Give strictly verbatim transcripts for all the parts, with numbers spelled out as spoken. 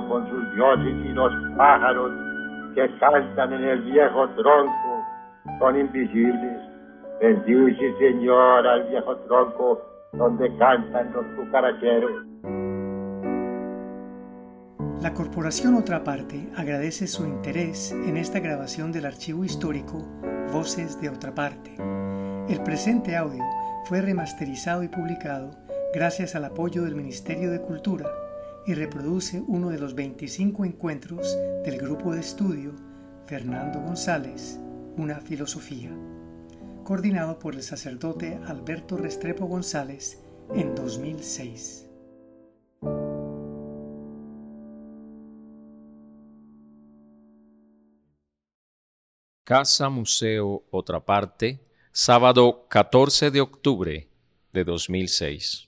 con sus dioses y los pájaros que cantan en el viejo tronco son invisibles. Bendice, Señor, al viejo tronco donde cantan los cucaracheros. La Corporación Otra Parte agradece su interés en esta grabación del archivo histórico Voces de Otra Parte. El presente audio fue remasterizado y publicado gracias al apoyo del Ministerio de Cultura y reproduce uno de los veinticinco encuentros del grupo de estudio Fernando González, Una Filosofía, coordinado por el sacerdote Alberto Restrepo González en dos mil seis. Casa Museo Otra Parte, sábado catorce de octubre de dos mil seis.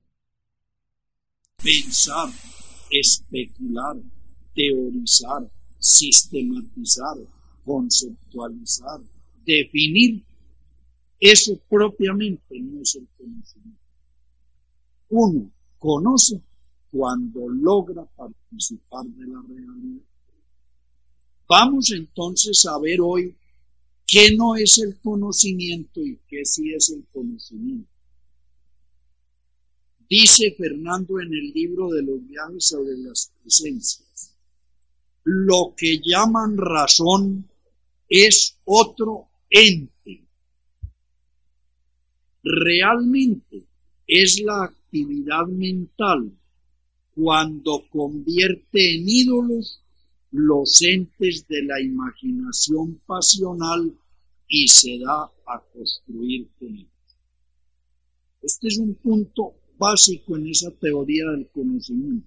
Pensar, especular, teorizar, sistematizar, conceptualizar, definir, eso propiamente no es el conocimiento. Uno conoce cuando logra participar de la realidad. Vamos entonces a ver hoy qué no es el conocimiento y qué sí es el conocimiento. Dice Fernando en el libro de los viajes sobre las presencias, lo que llaman razón es otro ente. Realmente es la actividad mental cuando convierte en ídolos los entes de la imaginación pasional y se da a construir con ellos. Este es un punto básico en esa teoría del conocimiento.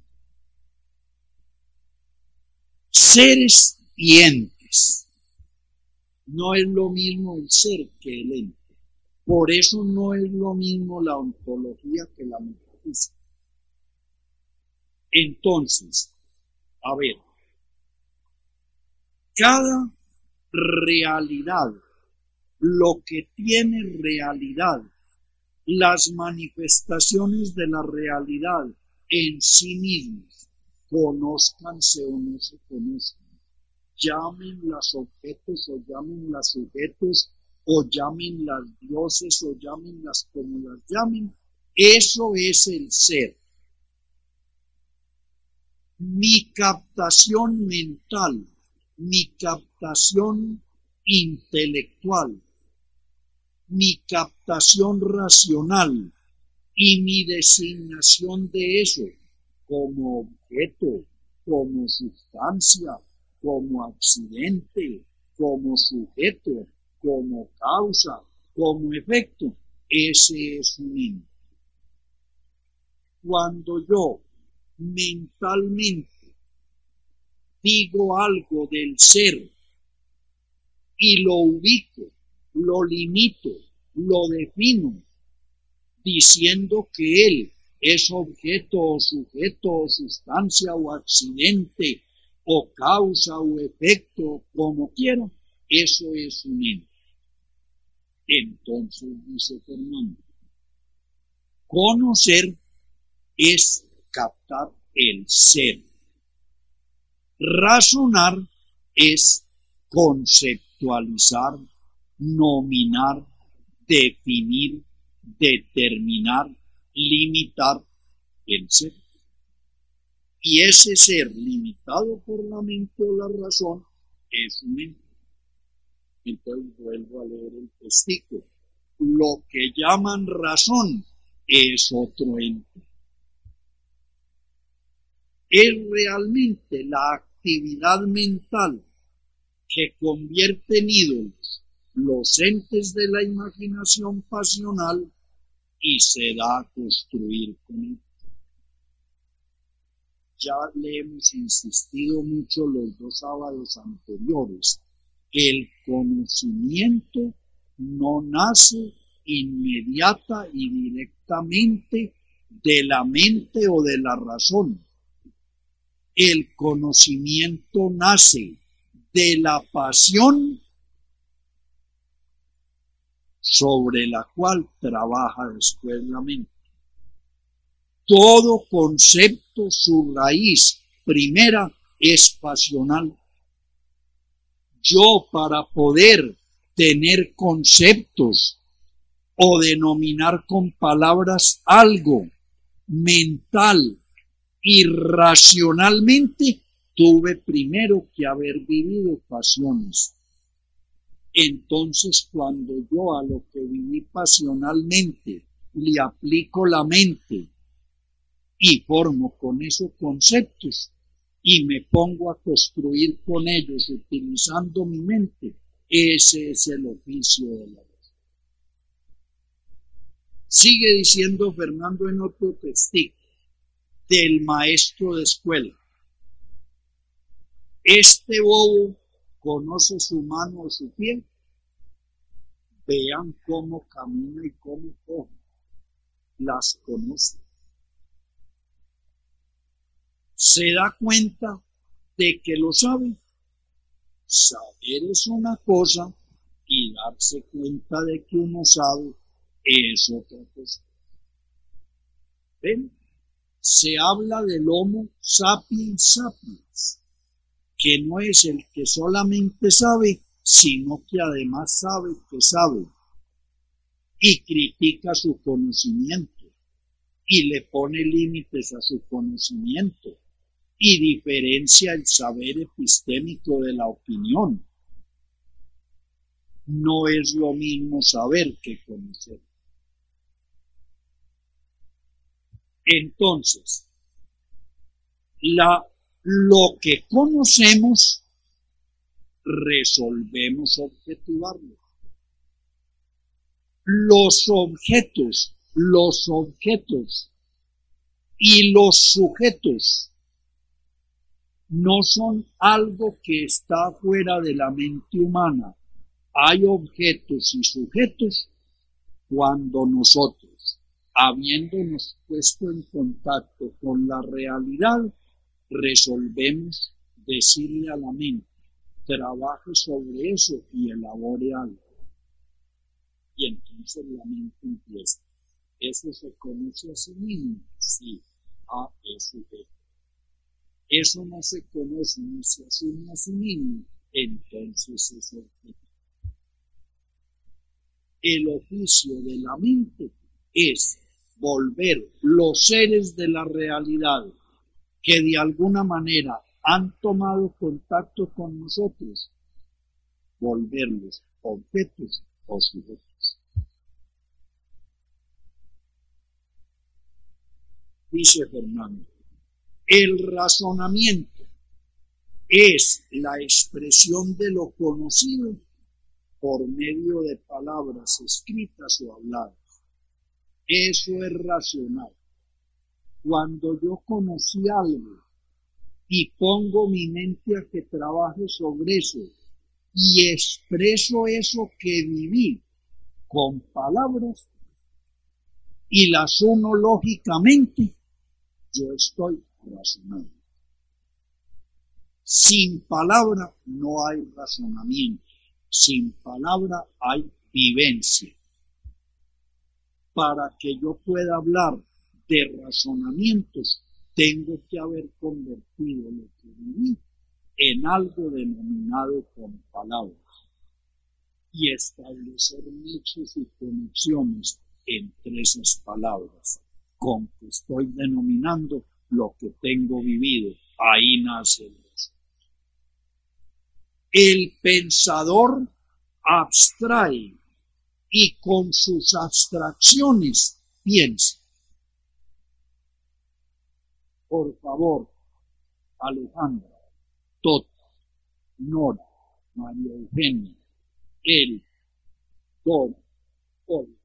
Seres y entes. No es lo mismo el ser que el ente. Por eso no es lo mismo la ontología que la metafísica. Entonces, a ver, cada realidad, lo que tiene realidad, las manifestaciones de la realidad en sí mismas, conózcanse o no se conozcan, llámenlas objetos o llámenlas sujetos, o llámenlas dioses o llámenlas como las llamen, eso es el ser. Mi captación mental, mi captación intelectual, mi captación racional y mi designación de eso como objeto, como sustancia, como accidente, como sujeto, como causa, como efecto, ese es un ente. Cuando yo mentalmente digo algo del ser y lo ubico, lo limito, lo defino, diciendo que él es objeto o sujeto o sustancia o accidente o causa o efecto, como quiera, eso es un ente. Entonces, dice Fernando, conocer es captar el ser. Razonar es conceptualizar, nominar, definir, determinar, limitar el ser. Y ese ser limitado por la mente o la razón es un ente. Entonces vuelvo a leer el testigo. Lo que llaman razón es otro ente. Es realmente la actividad mental que convierte en ídolos los entes de la imaginación pasional y se da a construir con él. Ya le hemos insistido mucho los dos sábados anteriores. El conocimiento no nace inmediata y directamente de la mente o de la razón. El conocimiento nace de la pasión sobre la cual trabaja después la mente. Todo concepto, su raíz primera es pasional. Yo, para poder tener conceptos o denominar con palabras algo mental y racionalmente, tuve primero que haber vivido pasiones. Entonces, cuando yo a lo que viví pasionalmente le aplico la mente y formo con esos conceptos y me pongo a construir con ellos utilizando mi mente, ese es el oficio de la razón. Sigue diciendo Fernando en otro testigo del maestro de escuela. Este bobo conoce su mano o su pie. Vean cómo camina y cómo coge. Las conoce. Se da cuenta de que lo sabe. Saber es una cosa y darse cuenta de que uno sabe es otra cosa. ¿Ven? Se habla del Homo sapiens sapiens, que no es el que solamente sabe, sino que además sabe que sabe y critica su conocimiento y le pone límites a su conocimiento y diferencia el saber epistémico de la opinión. No es lo mismo saber que conocer. Entonces, la, lo que conocemos, resolvemos objetivarlo. Los objetos, los objetos y los sujetos no son algo que está fuera de la mente humana. Hay objetos y sujetos cuando nosotros, habiéndonos puesto en contacto con la realidad, resolvemos decirle a la mente, trabaje sobre eso y elabore algo. Y entonces la mente empieza. ¿Eso se conoce a sí mismo? Sí. Ah, es sujeto. Eso no se conoce ni se asume a sí mismo, entonces es objeto. El oficio de la mente es volver los seres de la realidad que de alguna manera han tomado contacto con nosotros, volverlos objetos o sujetos. Dice Fernando, el razonamiento es la expresión de lo conocido por medio de palabras escritas o habladas. Eso es racional. Cuando yo conocí algo y pongo mi mente a que trabaje sobre eso y expreso eso que viví con palabras y las uno lógicamente, yo estoy razonando. Sin palabra no hay razonamiento. Sin palabra hay vivencia. Para que yo pueda hablar de razonamientos, tengo que haber convertido lo que viví en algo denominado con palabras y establecer nexos y conexiones entre esas palabras con que estoy denominando lo que tengo vivido. Ahí nace el razón. El pensador abstrae y con sus abstracciones piensa. Por favor, Alejandra, Tota, Nora, María Eugenia, él, Dora, Olga.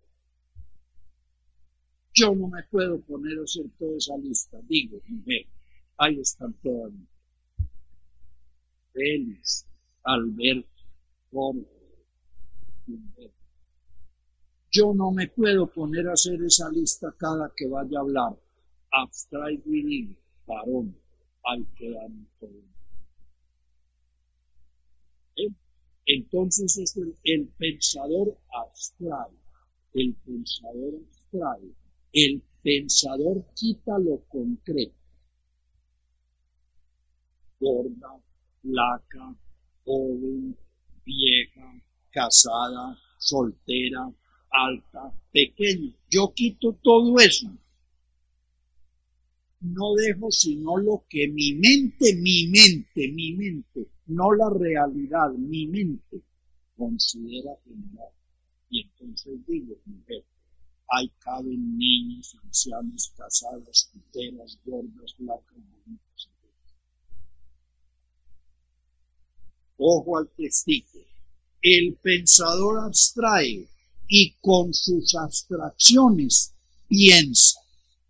Yo no me puedo poner a hacer toda esa lista. Digo, mujer, ahí están todas. Félix, Alberto, Jorge, Humberto. Yo no me puedo poner a hacer esa lista cada que vaya a hablar. Abstraigo y digo, varón, hay que dar un todo. ¿Eh? Entonces es el, el pensador abstrae, el pensador abstrae, el pensador quita lo concreto. gorda, flaca, joven, vieja, casada, soltera, alta, pequeña. Yo quito todo eso. No dejo sino lo que mi mente, mi mente, mi mente, no la realidad, mi mente considera general. Y entonces digo, mujer, ahí caben niños, ancianos, casadas, solteras, gordas, flacas, bonitas. Ojo al testigo. El pensador abstrae y con sus abstracciones piensa.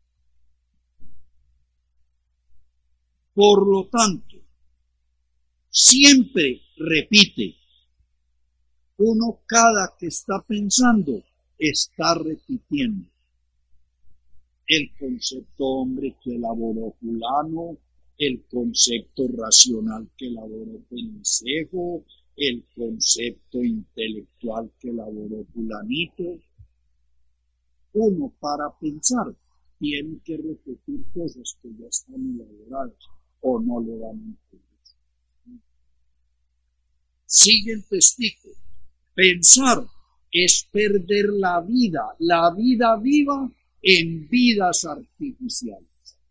Por lo tanto, siempre repite. Uno cada que está pensando está repitiendo. El concepto hombre que elaboró fulano, el concepto racional que elaboró Penicejo, el concepto intelectual que elaboró fulanito. Uno para pensar tiene que repetir cosas que ya están elaboradas o no le van a entender. Sigue el testigo. Pensar es perder la vida, la vida viva en vidas artificiales.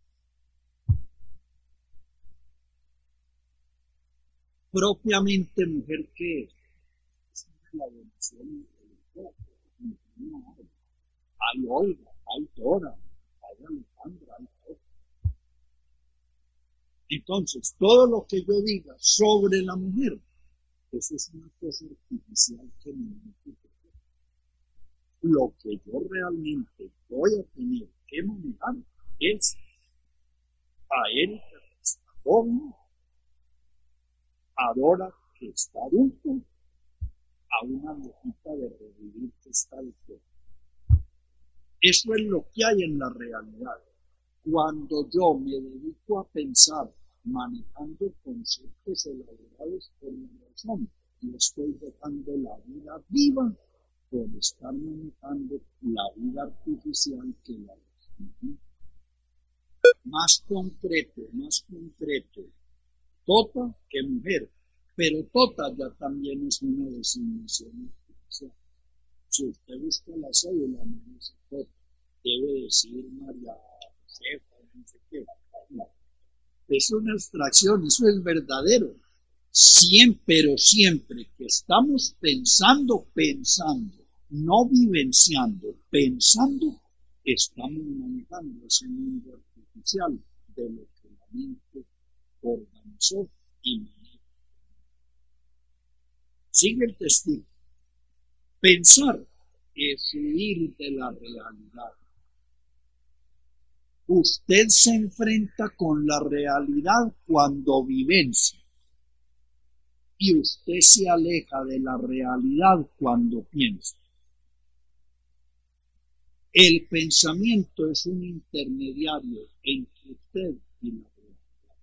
Propiamente mujer, ¿qué es? Es una elaboración intelectual. Hay Olga, hay Dora, hay Alejandra, hay todo. Entonces, todo lo que yo diga sobre la mujer, eso es una cosa artificial que no me ocupa. Lo que yo realmente voy a tener que manejar es a Erika, que está joven, a Dora, que está adulto, a una viejita de revivir que está de fuera. Eso es lo que hay en la realidad. Cuando yo me dedico a pensar manejando conceptos elaborados por mi razón, yo estoy dejando la vida viva por estar manejando la vida artificial que la razón. Más concreto, más concreto, tota que mujer, pero tota ya también es una designación artificial. Si usted busca la cédula, no dice tota, debe decir María Josefa, no sé qué. No. Es una abstracción, eso es verdadero. Siempre, pero siempre que estamos pensando, pensando, no vivenciando, pensando, estamos manejando ese mundo artificial de lo que la mente organizó y maneja. Sigue el testigo. Pensar es huir de la realidad. Usted se enfrenta con la realidad cuando vivencia y usted se aleja de la realidad cuando piensa. El pensamiento es un intermediario entre usted y la realidad.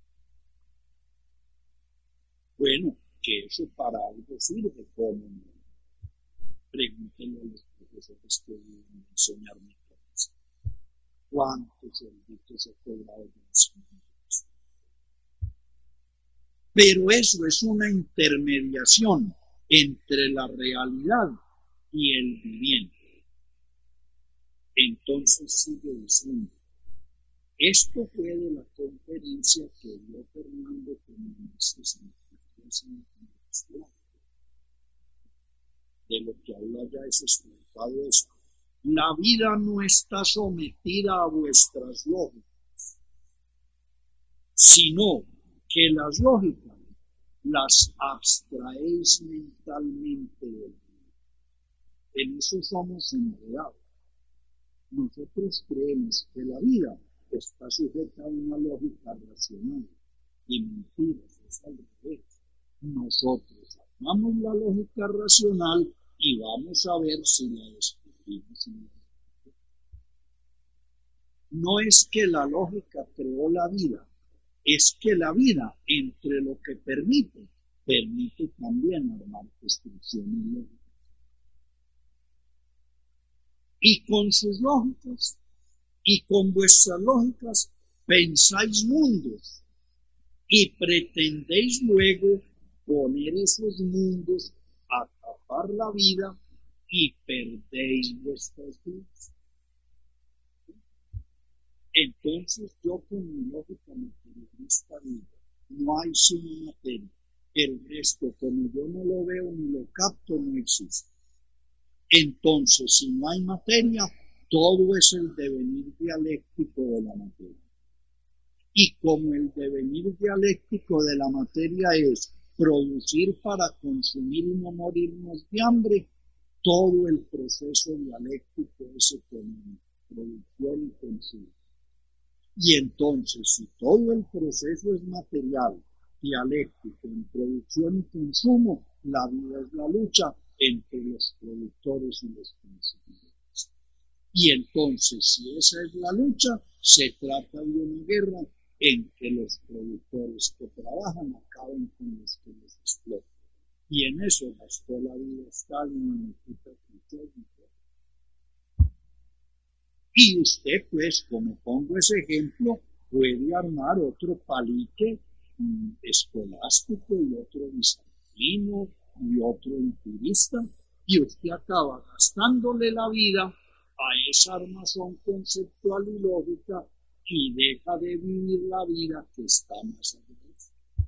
Bueno, que eso para algo sirve, como pregúntenle a los profesores que viven a enseñarme cosas. ¿Cuántos servicios se cobrado de enseñanza? Pero eso es una intermediación entre la realidad y el viviente. Entonces sigue diciendo, esto fue de la conferencia que dio Fernando Fernández en la universidad. De lo que habla ya es explicado esto. La vida no está sometida a vuestras lógicas, sino que las lógicas las abstraéis mentalmente del mundo. En eso somos enredados. Nosotros creemos que la vida está sujeta a una lógica racional y mentiras, es al revés. Nosotros armamos la lógica racional y vamos a ver si la descubrimos. No es que la lógica creó la vida, es que la vida, entre lo que permite, permite también armar construcciones lógicas. Y con sus lógicas y con vuestras lógicas pensáis mundos y pretendéis luego poner esos mundos a tapar la vida y perdéis vuestras vidas. Entonces yo con mi lógica materialista digo, no hay sino materia. El resto, como yo no lo veo ni lo capto, no existe. Entonces, si no hay materia, todo es el devenir dialéctico de la materia. Y como el devenir dialéctico de la materia es producir para consumir y no morirnos de hambre, todo el proceso dialéctico es económico, producción y consumo. Y entonces, si todo el proceso es material, dialéctico, en producción y consumo, la vida es la lucha entre los productores y los consumidores. Y entonces, si esa es la lucha, se trata de una guerra en que los productores que trabajan acaban con los que les explotan. Y en eso gastó la vida Stalin y Khrushchev. Y usted, pues, como pongo ese ejemplo, puede armar otro palique mm, escolástico y otro bizantino y otro empirista, y usted acaba gastándole la vida a esa armazón conceptual y lógica y deja de vivir la vida que está más allá.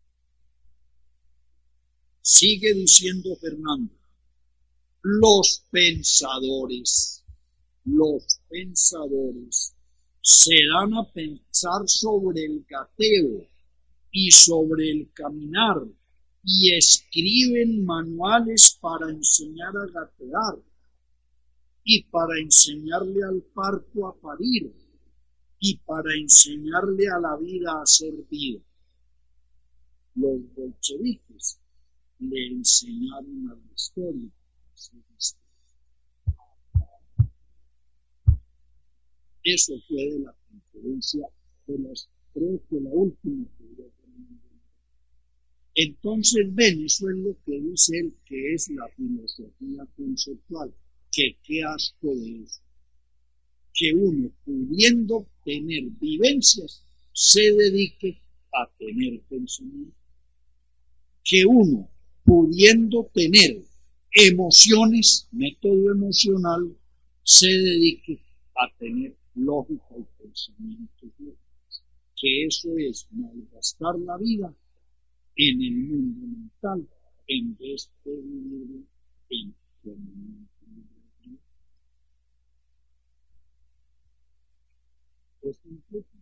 Sigue diciendo Fernando, los pensadores Los pensadores se dan a pensar sobre el gateo y sobre el caminar y escriben manuales para enseñar a gatear y para enseñarle al parto a parir y para enseñarle a la vida a ser vida. Los bolcheviques le enseñaron a la historia a ser historia. Eso fue de la conferencia de las, creo que la última que yo tenía. Entonces, ven, eso es lo que dice él, que es la filosofía conceptual. Que qué asco de eso. Que uno, pudiendo tener vivencias, se dedique a tener pensamiento. Que uno, pudiendo tener emociones, método emocional, se dedique a tener lógica y pensamientos lógicos, que eso es malgastar la vida en el mundo mental en vez de vivir en el mundo mental. Eso implica,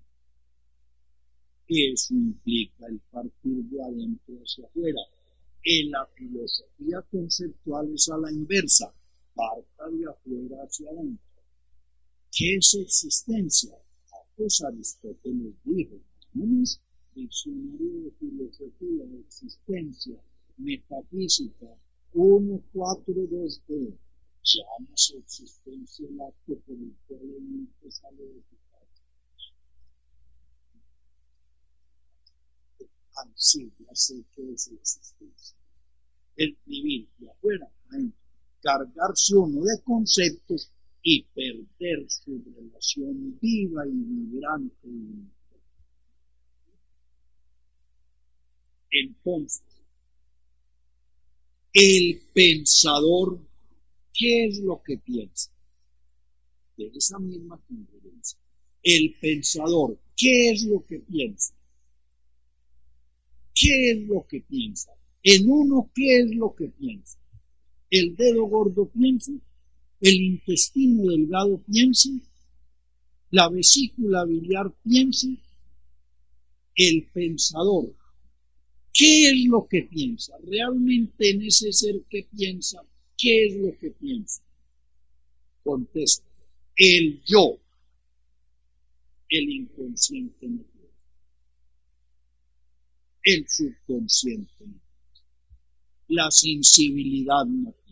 eso implica el partir de adentro hacia afuera. En la filosofía conceptual es a la inversa, parta de afuera hacia adentro. ¿Qué es existencia? Pues Aristóteles dijo, tenemos diccionario de filosofía de existencia, metafísica, uno cuatro dos D, llámase existencia el acto por el cual el mente sale de su casa. Así, ya sé qué es existencia. El vivir de afuera, adentro, cargarse uno de conceptos y perder su relación viva y vibrante. Entonces, el pensador, ¿qué es lo que piensa? De esa misma conferencia. El pensador, ¿qué es lo que piensa? ¿Qué es lo que piensa? En uno, ¿qué es lo que piensa? El dedo gordo piensa. El intestino delgado piensa, la vesícula biliar piensa, el pensador. ¿Qué es lo que piensa? Realmente en ese ser que piensa, ¿qué es lo que piensa? Contesta, el yo, el inconsciente no piensa, el subconsciente no piensa, la sensibilidad no piensa.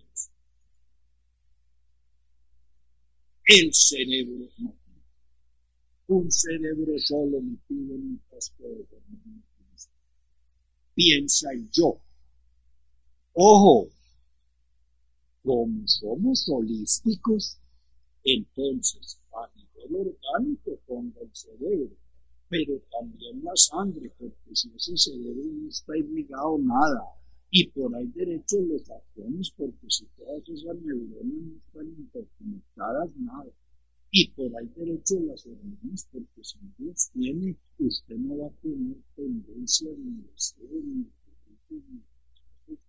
El cerebro no piensa. Un cerebro solo metido en un frasco de veneno piensa. Piensa el yo. Ojo, como somos holísticos, entonces a nivel orgánico ponga el cerebro, pero también la sangre, porque si ese cerebro no está irrigado, nada. Y por ahí derecho los atones, porque si todas esas neuronas no están interconectadas, nada. Y por ahí derecho las hormonas, porque si no las tiene, usted no va a tener tendencia ni deseo ni apetito, ni...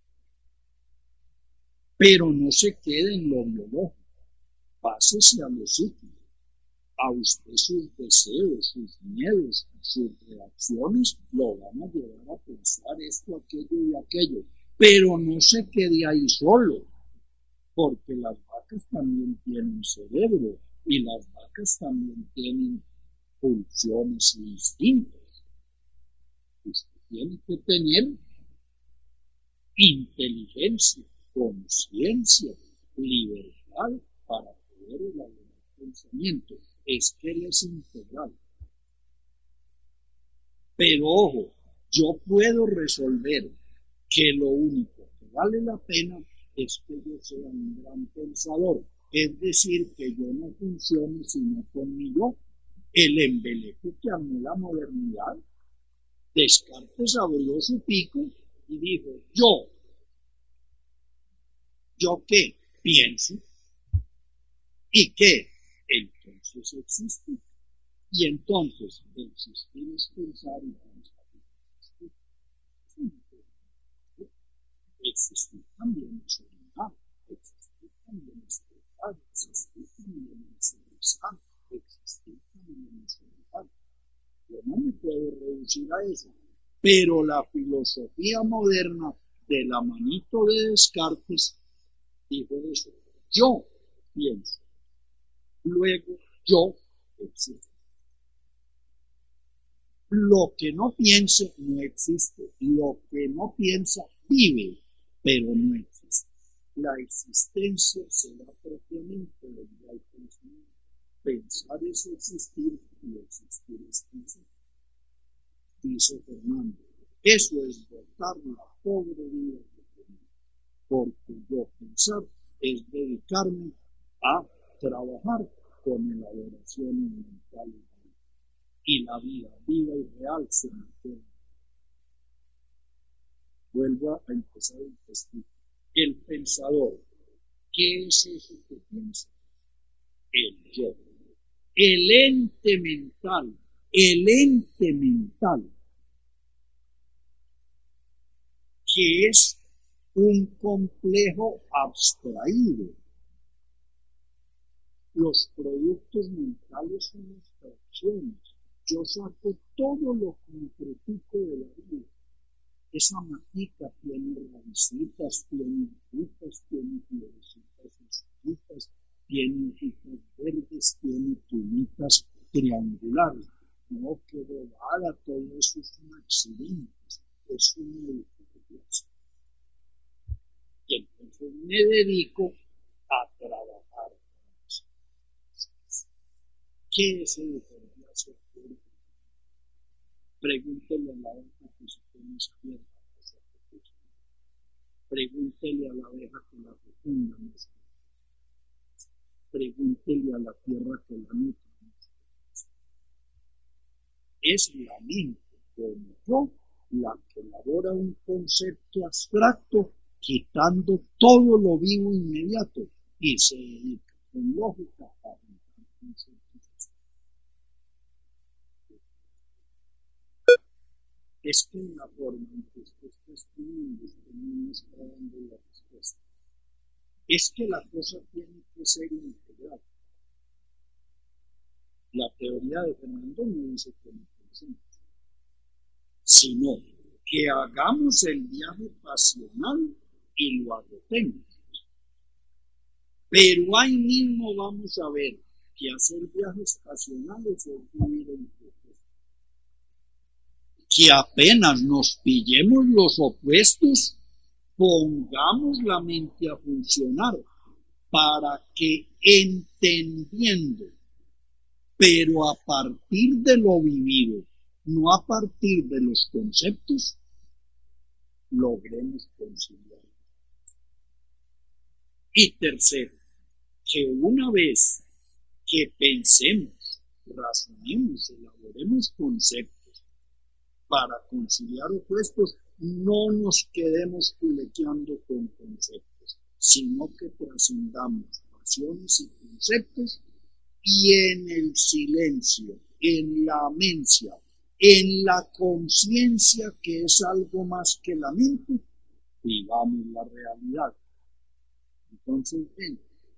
Pero no se quede en lo biológico, pásese a lo psíquico. A usted sus deseos, sus miedos, sus reacciones lo van a llevar a pensar esto, aquello y aquello. Pero no se quede ahí solo, porque las vacas también tienen cerebro y las vacas también tienen pulsiones y instintos. Usted tiene que tener inteligencia, conciencia, libertad para poder elaborar pensamiento. Es que él es integral. Pero ojo, yo puedo resolver que lo único que vale la pena es que yo sea un gran pensador. Es decir, que yo no funcione sino con mi yo. El embeleco que armó la modernidad, Descartes abrió su pico y dijo, yo, ¿yo qué? Pienso. ¿Y qué? Entonces existe. Y entonces, existir es pensar y pensar. Existir también es orinar, existir también es pensar, existir también es pensar, existir también es orinar. Yo no me puedo reducir a eso. Pero la filosofía moderna de la manito de Descartes dijo eso. Yo pienso. Luego yo existo. Lo que no piense no existe. Lo que no piensa vive, pero no existe. La existencia será propiamente lo que hay pensamiento. Pensar es existir y existir es pensar. Dice Fernando, eso es dotar la pobre vida que tengo. Porque yo pensar es dedicarme a trabajar con elaboración mental y la vida viva y real se me queda. Vuelvo a empezar el testigo. El pensador, ¿qué es eso que piensa? El yo. El ente mental, el ente mental, que es un complejo abstraído. Los productos mentales son abstracciones. Yo saco todo lo concretico de la vida. Esa matica tiene raicitas, tiene frutas, tiene florecitas oscuritas, tiene hojitas verdes, tiene tunitas triangulares. No, que bobada, todo eso es un accidente, es una edificación. Y entonces me dedico a trabajar. ¿Qué es el diferenciación? Pregúntele a la abeja que se pone esa mierda. Pregúntele a la abeja que la fecunda. Pregúntele a la tierra que la nutre. Es la mente como yo la que elabora un concepto abstracto, quitando todo lo vivo inmediato y se dedica con lógica a juntar conceptos. Es que en la forma en que usted está escribiendo, usted no está dando la respuesta. Es que la cosa tiene que ser integral. La teoría de Fernando no dice que no pensemos, sino que hagamos el viaje pasional y lo agotemos. Pero ahí mismo vamos a ver que hacer viajes pasionales es vivir en proceso. Que apenas nos pillemos los opuestos, pongamos la mente a funcionar para que entendiendo, pero a partir de lo vivido, no a partir de los conceptos, logremos conciliar. Y tercero, que una vez que pensemos, razonemos, elaboremos conceptos, para conciliar opuestos, no nos quedemos culequeando con conceptos, sino que trascendamos pasiones y conceptos y en el silencio, en la mencia, en la conciencia que es algo más que la mente, vivamos la realidad. Entonces, ven,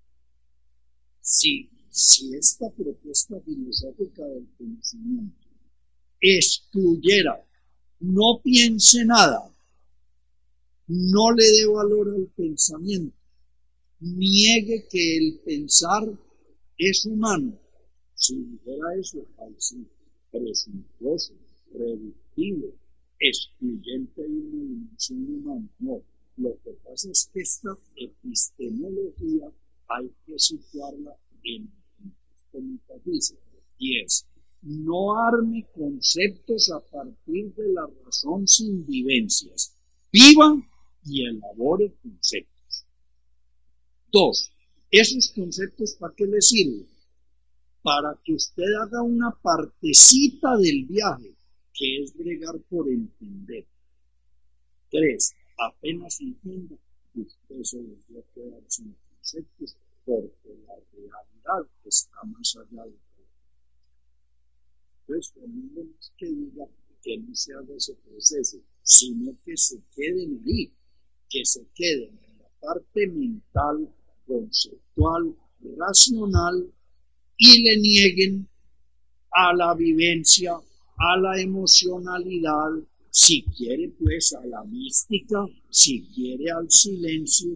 si, si esta propuesta filosófica del conocimiento excluyera, no piense nada, no le dé valor al pensamiento, niegue que el pensar es humano, si dijera eso, al sí, presuntuoso, reductivo, excluyente de una dimensión humana, no. Lo que pasa es que esta epistemología hay que situarla en el contexto metafísico, y es: no arme conceptos a partir de la razón sin vivencias, viva y elabore conceptos. Dos, esos conceptos, ¿para qué le sirven? Para que usted haga una partecita del viaje, que es bregar por entender. Tres, apenas entienda, usted se volvió a quedar sin conceptos, porque la realidad está más allá de todo. Entonces, no es que diga que no se haga ese proceso, sino que se queden ahí, que se queden en la parte mental, conceptual, racional, y le nieguen a la vivencia, a la emocionalidad, si quiere pues a la mística, si quiere al silencio,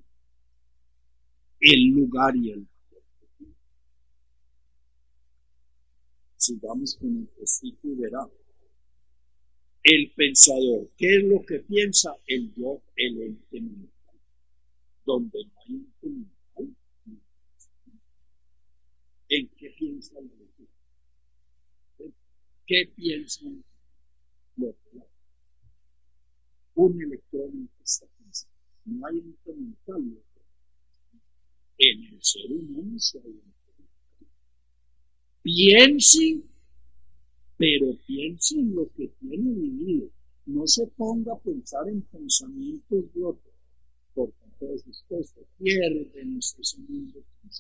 el lugar y el cuerpo. Sigamos con el testigo y verá. El pensador, ¿qué es lo que piensa? El yo, el ente mental. Donde no hay ente mental, ¿en qué piensa el ente? ¿Qué piensan los demás? Un electrón que está pensando. No hay ente mental. En el ser humano se hay ente mental. Piense, pero piense en lo que tiene vivido. No se ponga a pensar en pensamientos de otros, porque entonces usted se pierde en ese mundo.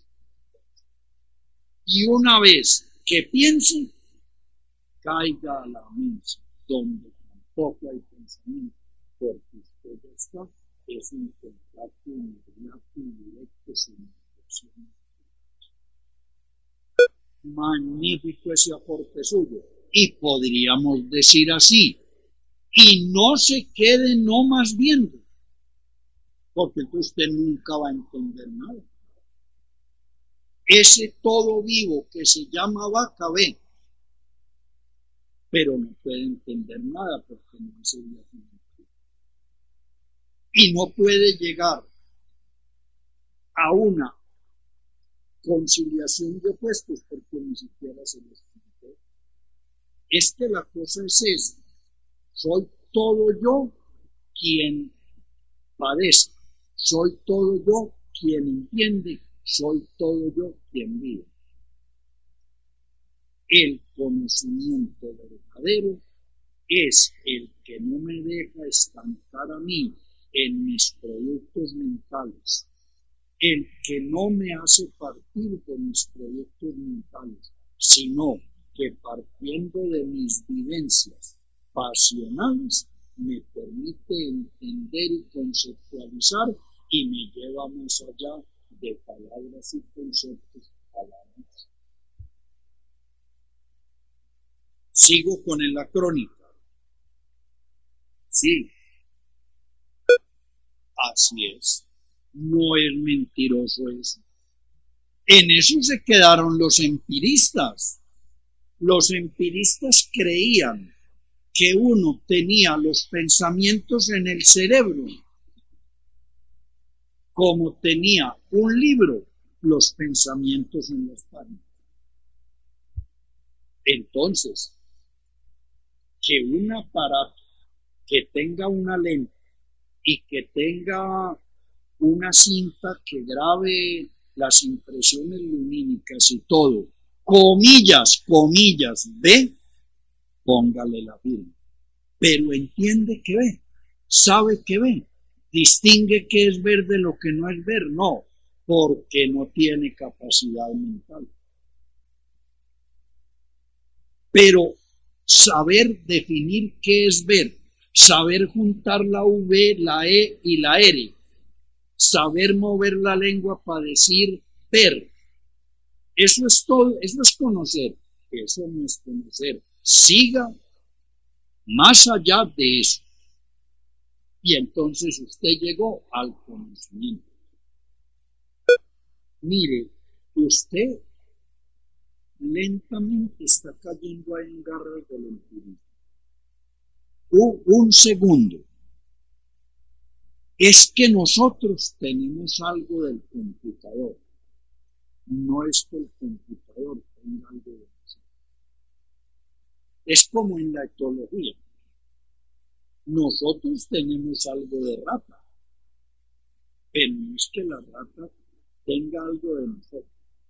Y una vez que piense, caiga a la mente, donde tampoco hay pensamiento, porque usted ya está, es un contacto inmediato y directo sin emoción. Magnífico ese aporte suyo. Y podríamos decir así, y no se quede nomás viendo, porque entonces usted nunca va a entender nada. Ese todo vivo que se llama vaca ve, pero no puede entender nada porque no es el viaje. Y no puede llegar a una conciliación de opuestos porque ni siquiera se les explicó. Es que la cosa es esa: soy todo yo quien padece, soy todo yo quien entiende, soy todo yo quien vive. El conocimiento verdadero es el que no me deja estancar a mí en mis productos mentales, el que no me hace partir de mis productos mentales, sino que partiendo de mis vivencias pasionales me permite entender y conceptualizar y me lleva más allá de palabras y conceptos, palabras. Sigo con la crónica. Sí, así es. No es mentiroso eso. En eso se quedaron los empiristas. Los empiristas creían que uno tenía los pensamientos en el cerebro, como tenía un libro los pensamientos en las páginas. Entonces, que un aparato que tenga una lente y que tenga una cinta que grabe las impresiones lumínicas y todo, comillas, comillas, ve, póngale la firma. pero entiende que ve, sabe que ve, distingue qué es ver de lo que no es ver, no, porque no tiene capacidad mental. Pero saber definir qué es ver, saber juntar la V, la E y la R, saber mover la lengua para decir ver, eso es todo, eso es conocer, eso no es conocer. Siga más allá de eso. Y entonces usted llegó al conocimiento. Mire, usted lentamente está cayendo en garras del empirismo. Un, un segundo. Es que nosotros tenemos algo del computador. No es que el computador tenga algo de nosotros. Es como en la etología. Nosotros tenemos algo de rata, pero no es que la rata tenga algo de nosotros.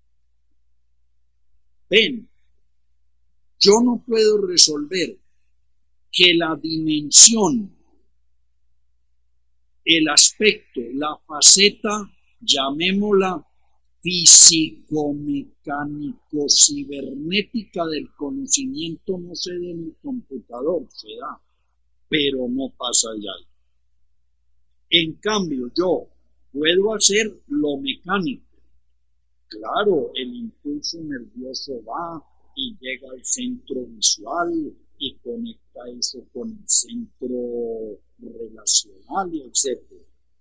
Ven, yo no puedo resolver que la dimensión, el aspecto, la faceta, llamémosla físico-mecánico-cibernética del conocimiento no se da en el computador, se da, pero no pasa allá. En cambio, yo puedo hacer lo mecánico. Claro, el impulso nervioso va y llega al centro visual y conecta eso con el centro relacional, etcétera.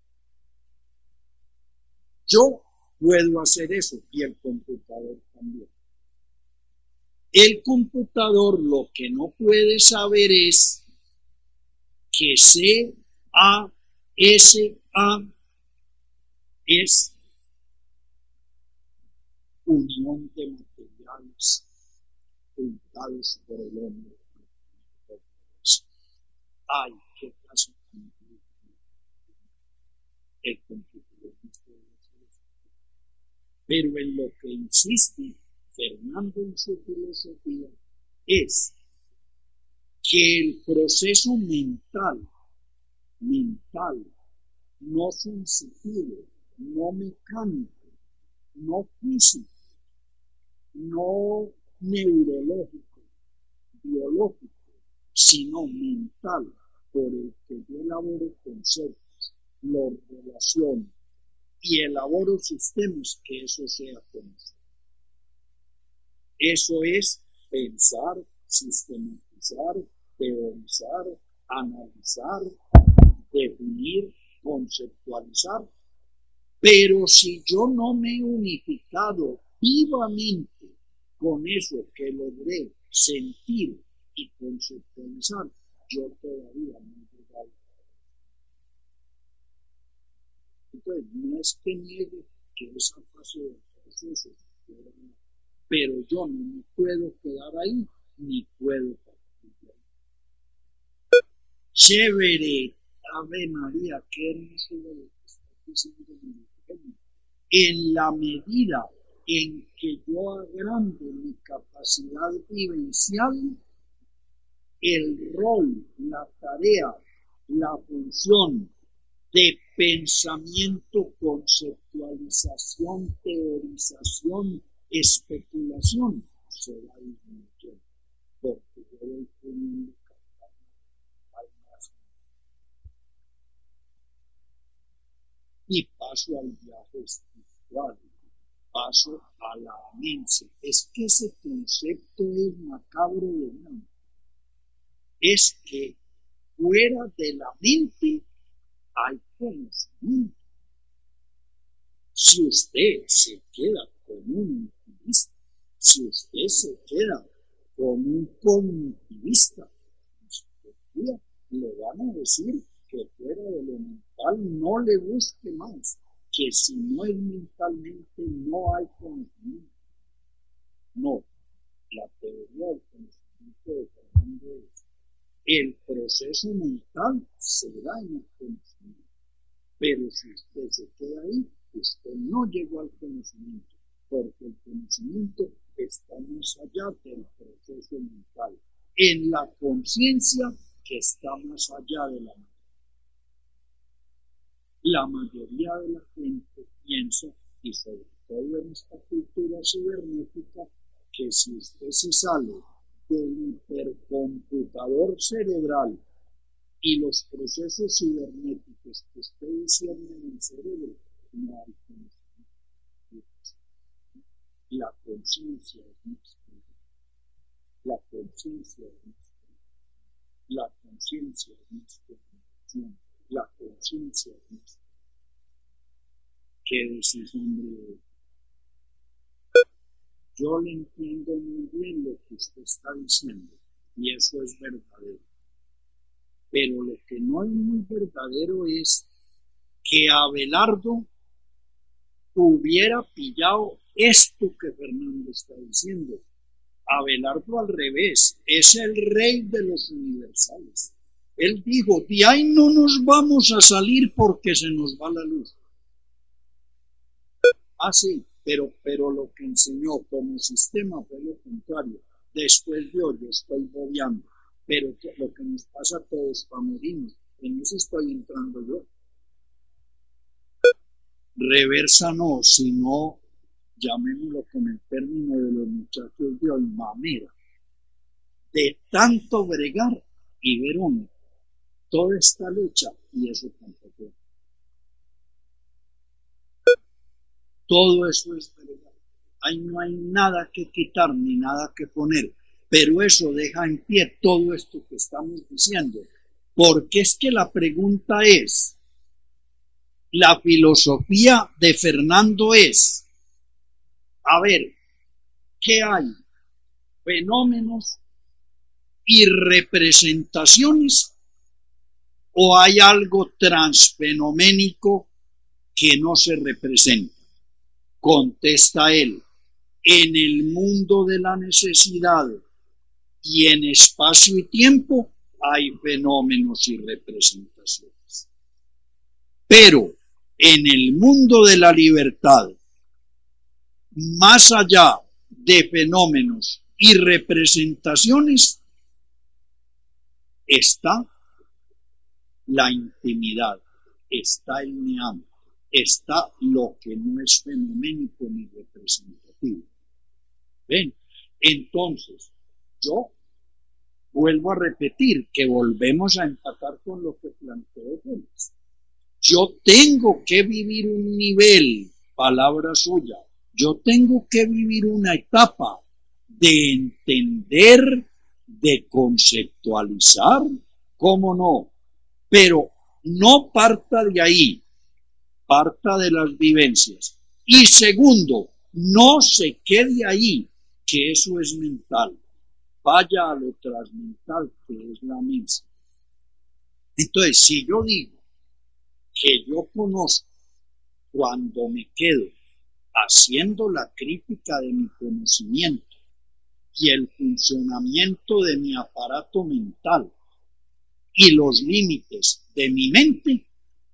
Yo puedo hacer eso y el computador también. El computador lo que no puede saber es que C A S A es unión de materiales juntados por el hombre. Ay, qué caso. El computador no puede hacer eso. Pero en lo que insiste Fernando en su filosofía es que el proceso mental, mental, no sensitivo, no mecánico, no físico, no neurológico, biológico, sino mental, por el que yo elaboro conceptos, los relaciono y elaboro sistemas, que eso sea conocido. Eso es pensar, sistematizar, teorizar, analizar, definir, conceptualizar. Pero si yo no me he unificado vivamente con eso que logré sentir y conceptualizar, yo todavía no he llegado. Entonces, no es que niegue que esa fase del proceso, pero yo no me puedo quedar ahí, ni puedo partir de ahí. Chévere, Ave María, qué hermoso lo que está diciendo mi pequeño. En la medida en que yo agrande mi capacidad vivencial, el rol, la tarea, la función de pensamiento, conceptualización, teorización, especulación se va disminuyendo, porque yo voy poniendo al máximo. Y paso al viaje espiritual, paso a la mente. Es que ese concepto es macabro de nada. Es que fuera de la mente hay conocimiento. Si usted se queda con un intimista, si usted se queda con un cognitivista, le van a decir que fuera de lo mental no le busque más, que si no es mentalmente no hay conocimiento. No, la teoría del conocimiento de Fernando es el proceso mental se da en el conocimiento, pero si usted se queda ahí, usted no llegó al conocimiento, porque el conocimiento está más allá del proceso mental. En la conciencia que está más allá de la mayoría. La mayoría de la gente piensa, y sobre todo en esta cultura cibernética, que si usted se sale del hipercomputador cerebral y los procesos cibernéticos que usted discierne en el cerebro, no hay conocimiento. La conciencia es nuestra. La conciencia es nuestra. La conciencia es nuestra emoción. La conciencia es nuestra. ¿Qué decís, hombre? Yo le entiendo muy bien lo que usted está diciendo, y eso es verdadero. Pero lo que no es muy verdadero es que Abelardo hubiera pillado esto que Fernando está diciendo. Abelardo, al revés, es el rey de los universales. Él dijo, de ahí no nos vamos a salir porque se nos va la luz. Ah, sí, pero, pero lo que enseñó como sistema fue lo contrario. Después yo, yo estoy bobeando, pero que, lo que nos pasa a todos para morirnos, en eso estoy entrando yo. Reversa no, sino, llamémoslo con el término de los muchachos de hoy, mamera. De tanto bregar y verón, toda esta lucha, y eso tampoco. Todo eso es bregar. Ahí no hay nada que quitar ni nada que poner, pero eso deja en pie todo esto que estamos diciendo, porque es que la pregunta es, la filosofía de Fernando es, a ver, ¿qué hay? ¿Fenómenos y representaciones o hay algo transfenoménico que no se representa? Contesta él, en el mundo de la necesidad y en espacio y tiempo hay fenómenos y representaciones. Pero en el mundo de la libertad, más allá de fenómenos y representaciones, está la intimidad, está el neante, está lo que no es fenoménico ni representativo. ¿Ven? Entonces, yo vuelvo a repetir que volvemos a empatar con lo que planteó Gómez. Yo tengo que vivir un nivel, palabra suya, yo tengo que vivir una etapa de entender, de conceptualizar, ¿cómo no? Pero no parta de ahí, parta de las vivencias. Y segundo, no se quede ahí, que eso es mental. Vaya a lo transmental, que es la mente. Entonces, si yo digo que yo conozco cuando me quedo haciendo la crítica de mi conocimiento y el funcionamiento de mi aparato mental y los límites de mi mente,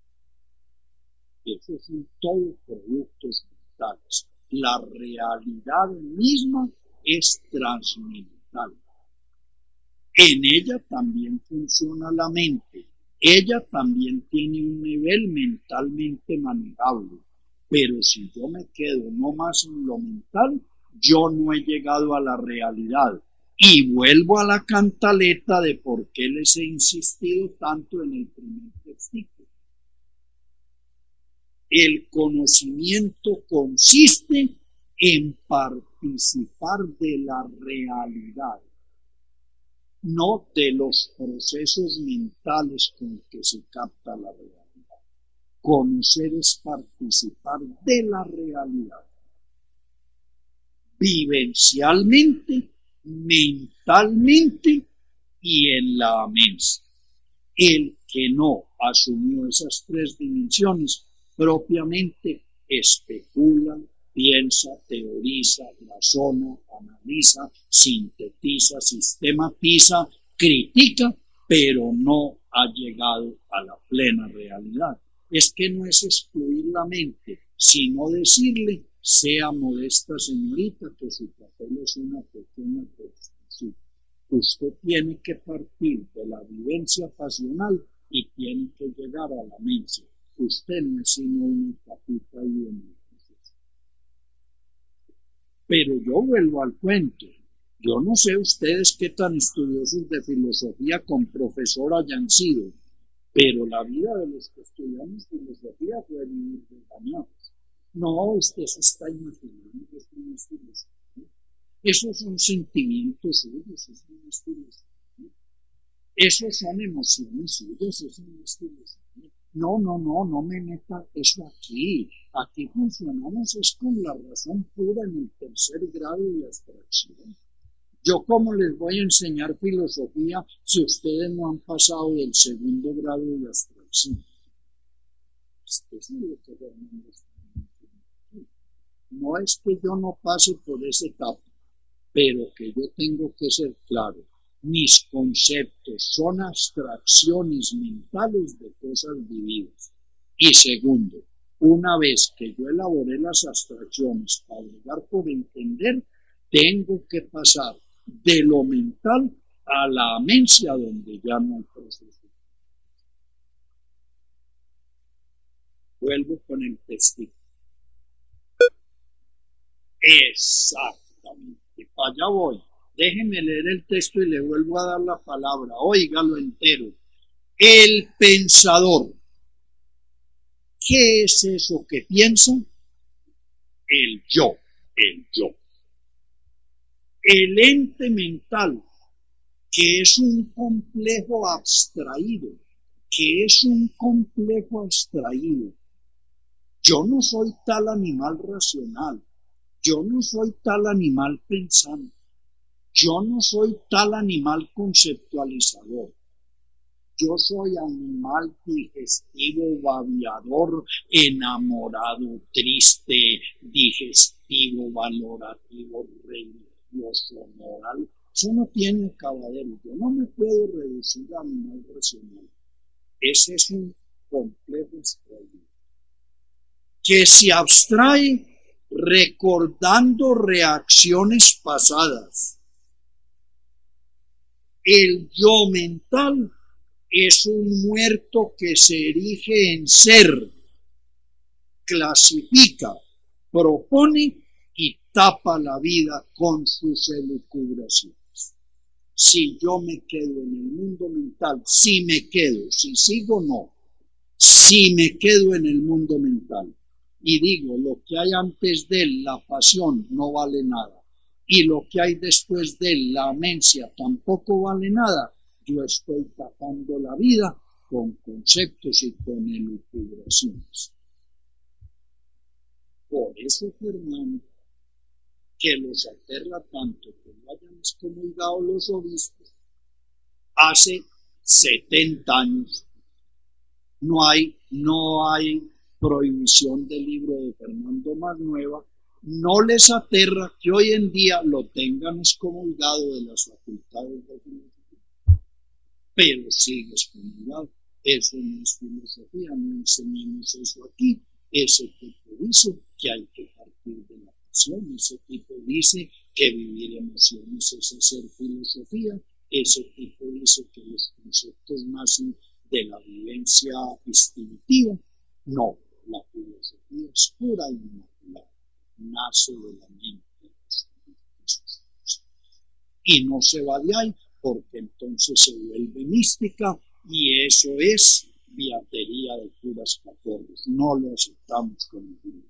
esos son todos productos mentales. La realidad misma es transmental. En ella también funciona la mente. Ella también tiene un nivel mentalmente manejable. Pero si yo me quedo no más en lo mental, yo no he llegado a la realidad. Y vuelvo a la cantaleta de por qué les he insistido tanto en el primer versículo. El conocimiento consiste en participar de la realidad, no de los procesos mentales con que se capta la realidad. Conocer es participar de la realidad, vivencialmente, mentalmente y en la mente. El que no asumió esas tres dimensiones propiamente especula, piensa, teoriza, razona, analiza, sintetiza, sistematiza, critica, pero no ha llegado a la plena realidad. Es que no es excluir la mente, sino decirle, sea modesta señorita, que su papel es una pequeña construcción. usted tiene que partir de la vivencia pasional y tiene que llegar a la mente. Usted no es sino una capita ahí en el proceso. Pero yo vuelvo al cuento. Yo no sé ustedes qué tan estudiosos de filosofía con profesor hayan sido, pero la vida de los que estudiamos filosofía fue vivir engañados. No, usted se está imaginando que esto no es filosofía. Esos son sentimientos suyos, eso no es filosofía. Esos son emociones suyas, eso no es filosofía. No, no, no, no me meta eso aquí. Aquí funcionamos es con la razón pura en el tercer grado de abstracción. Yo cómo les voy a enseñar filosofía si ustedes no han pasado del segundo grado de abstracción. Esto es lo que realmente está aquí. No es que yo no pase por esa etapa, pero que yo tengo que ser claro. Mis conceptos son abstracciones mentales de cosas vividas. Y segundo, una vez que yo elaboré las abstracciones para llegar por entender, tengo que pasar de lo mental a la amencia donde ya no hay proceso. Vuelvo con el testigo. Exactamente, para allá voy. Déjeme leer el texto y le vuelvo a dar la palabra. Óigalo entero. El pensador. ¿Qué es eso que piensa? El yo, el yo. El ente mental, que es un complejo abstraído, que es un complejo abstraído. Yo no soy tal animal racional, yo no soy tal animal pensante, yo no soy tal animal conceptualizador. Yo soy animal digestivo, babiador, enamorado, triste, digestivo, valorativo, religioso, moral. Eso no tiene acabadero. Yo no me puedo reducir a animal racional. Ese es un complejo abstraído que se abstrae recordando reacciones pasadas. El yo mental es un muerto que se erige en ser, clasifica, propone y tapa la vida con sus elucubraciones. Si yo me quedo en el mundo mental, si me quedo, si sigo no, si me quedo en el mundo mental y digo lo que hay antes de la pasión no vale nada y lo que hay después de la amencia tampoco vale nada, yo estoy tapando la vida con conceptos y con elucubraciones. Por eso, hermano, que los aterra tanto que lo hayan excomulgado los obispos hace setenta años. No hay, no hay prohibición del libro de Fernando Magnueva. No les aterra que hoy en día lo tengan excomulgado de las facultades de filosofía. Pero sigue excomulgado. Eso no es filosofía, no enseñamos eso aquí. Ese tipo dice que hay que partir de la pasión, ese tipo dice que vivir emociones es hacer filosofía, ese tipo dice que los conceptos nacen de la vivencia instintiva. No, la filosofía es pura y inmaculada, nace de la mente y no se va de ahí porque entonces se vuelve mística y eso es beatería de curas católicos. No lo aceptamos con el mundo.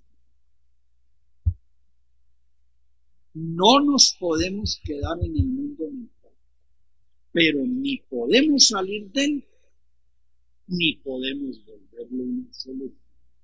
No nos podemos quedar en el mundo mental, pero ni podemos salir de él, ni podemos volverlo un absoluto.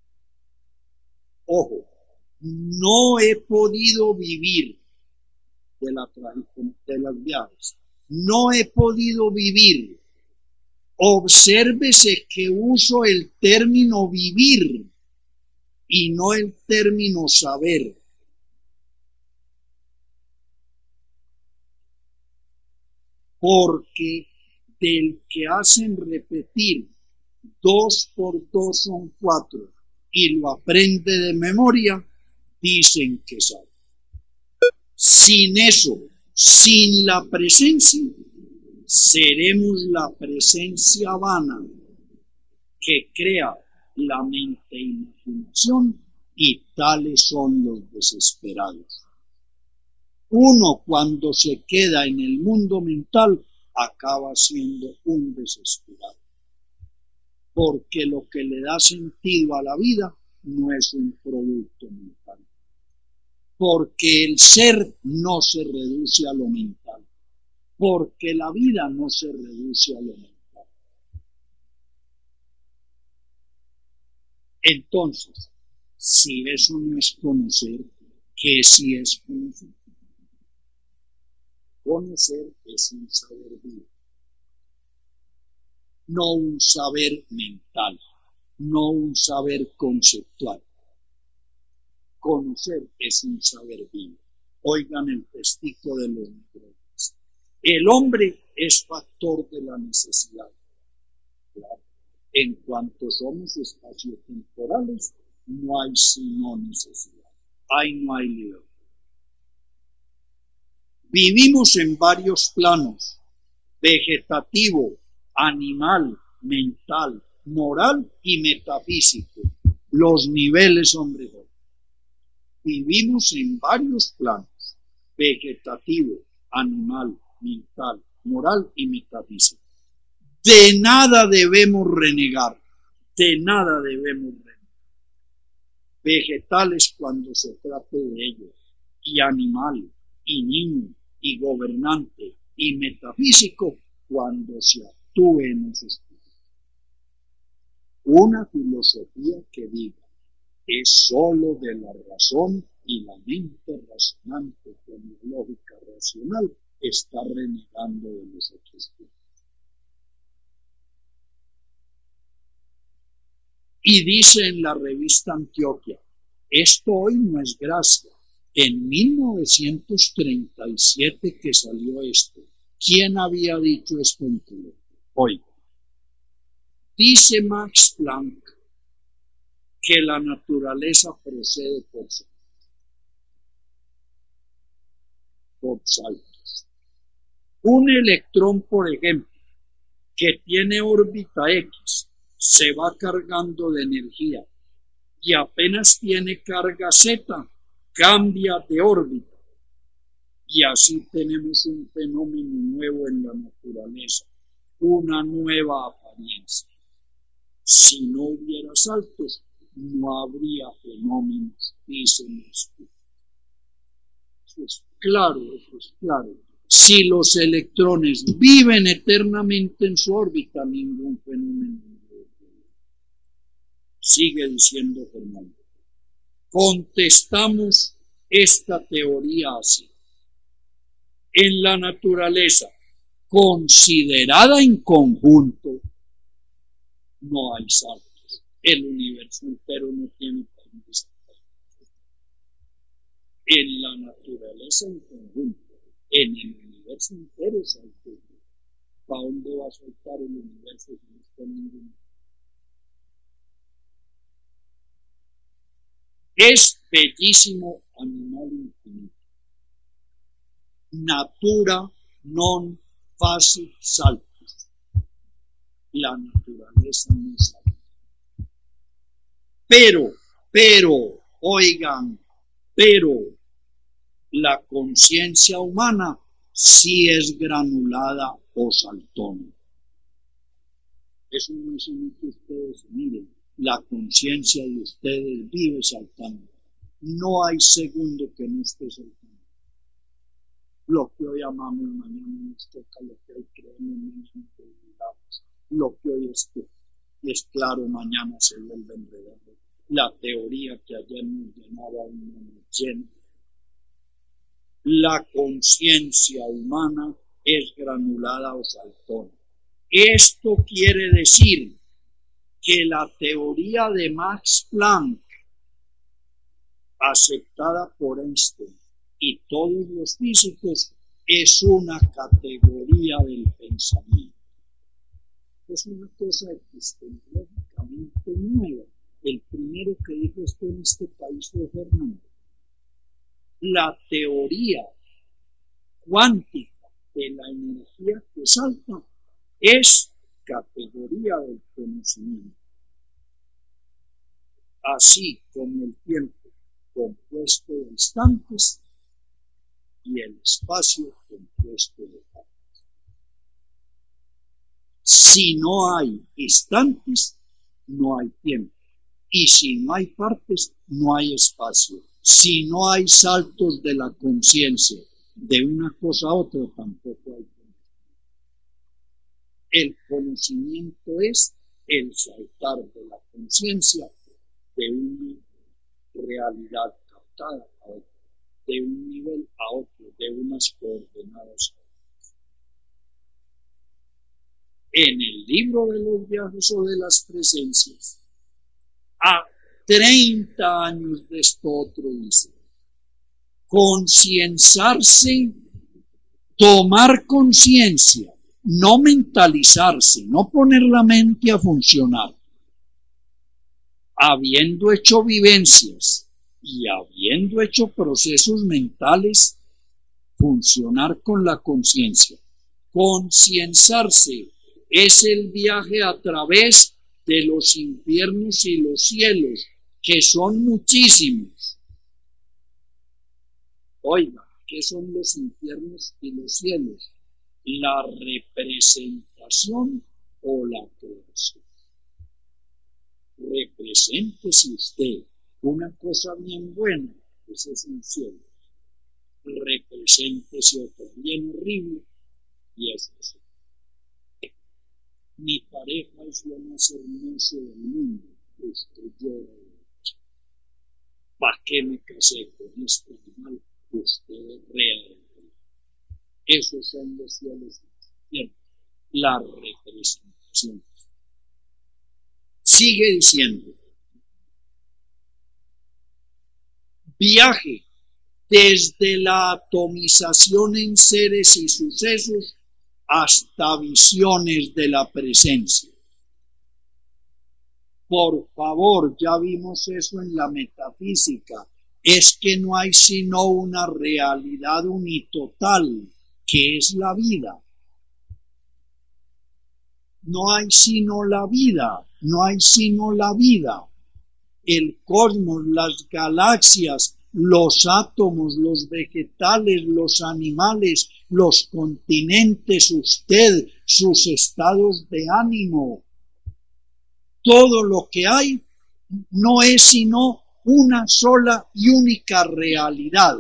Ojo, no he podido vivir de, la, de las viajes, no he podido vivir. Obsérvese que uso el término vivir y no el término saber. Porque del que hacen repetir dos por dos son cuatro y lo aprende de memoria, dicen que sabe. Sin eso, sin la presencia, seremos la presencia vana que crea la mente e imaginación, y tales son los desesperados. Uno, cuando se queda en el mundo mental, acaba siendo un desesperado, porque lo que le da sentido a la vida no es un producto mental, porque el ser no se reduce a lo mental, porque la vida no se reduce a lo mental. Entonces, si eso no es conocer, ¿qué sí es conocer? Conocer es un saber vivo, no un saber mental, no un saber conceptual. Conocer es un saber vivo. Oigan el testigo de los negros. El hombre es factor de la necesidad. Claro. En cuanto somos espaciotemporales, no hay sino necesidad. Ahí no hay libertad. Vivimos en varios planos: vegetativo, animal, mental, moral y metafísico. Los niveles son mejores. Vivimos en varios planos: vegetativo, animal, mental, moral y metafísico. De nada debemos renegar, de nada debemos renegar. Vegetales cuando se trate de ellos, y animal, y niño, y gobernante, y metafísico cuando se actúe en esos planos. Una filosofía que diga es sólo de la razón y la mente razonante con la lógica racional está renegando de los otros planos. Y dice en la revista Antioquia, esto hoy no es gracia. En mil novecientos treinta y siete que salió esto, ¿quién había dicho esto en Colombia? Hoy. Dice Max Planck que la naturaleza procede por saltos. Por saltos. Un electrón, por ejemplo, que tiene órbita X, se va cargando de energía y apenas tiene carga Z, cambia de órbita. Y así tenemos un fenómeno nuevo en la naturaleza, una nueva apariencia. Si no hubiera saltos, no habría fenómenos, dicen los estudios. Eso es claro, eso es claro. Si los electrones viven eternamente en su órbita, ningún fenómeno. Sigue diciendo Fernando. Contestamos esta teoría así. En la naturaleza, considerada en conjunto, no hay saltos. El universo entero no tiene para dónde saltar. En la naturaleza en conjunto, en el universo entero salta. ¿Para dónde va a saltar el universo si no está en ningún? Es bellísimo animal infinito. Natura non facit saltus. La naturaleza no salta. Pero, pero, oigan, pero la conciencia humana sí es granulada o saltona. Eso no es lo que ustedes miren. La conciencia de ustedes vive saltando. No hay segundo que no esté saltando. Lo que hoy amamos, mañana nos toca, lo que hoy creemos, mañana nos olvidamos. Lo que hoy es, es claro, mañana se vuelve enredado. La teoría que ayer nos llenaba una nos llena. La conciencia humana es granulada o saltona. Esto quiere decir que la teoría de Max Planck, aceptada por Einstein y todos los físicos, es una categoría del pensamiento. Es una cosa epistemológicamente nueva. El primero que dijo esto en este país fue Fernando. La teoría cuántica de la energía que salta es categoría del conocimiento. Así como el tiempo compuesto de instantes y el espacio compuesto de partes. Si no hay instantes, no hay tiempo. Y si no hay partes, no hay espacio. Si no hay saltos de la conciencia de una cosa a otra, tampoco hay tiempo. El conocimiento es el saltar de la conciencia de una realidad captada a otra, de un nivel a otro, de unas coordenadas a otras. En el libro de los viajes o de las presencias, a treinta años de esto otro dice, concienzarse, tomar conciencia, no mentalizarse, no poner la mente a funcionar, habiendo hecho vivencias y habiendo hecho procesos mentales, funcionar con la conciencia. Concienzarse es el viaje a través de los infiernos y los cielos, que son muchísimos. Oiga, ¿qué son los infiernos y los cielos? La representación o la creación. Represéntese usted una cosa bien buena, ese es un cielo. Represéntese otra bien horrible, y eso es. Mi pareja es lo más hermoso del mundo, usted llora. ¿Para qué me casé con este animal? Usted rea. Esos son los cielos y los infiernos, la representación. Sigue diciendo, viaje desde la atomización en seres y sucesos hasta visiones de la presencia. Por favor, ya vimos eso en la metafísica, es que no hay sino una realidad unitotal, que es la vida. No hay sino la vida, no hay sino la vida. El cosmos, las galaxias, los átomos, los vegetales, los animales, los continentes, usted, sus estados de ánimo. Todo lo que hay no es sino una sola y única realidad,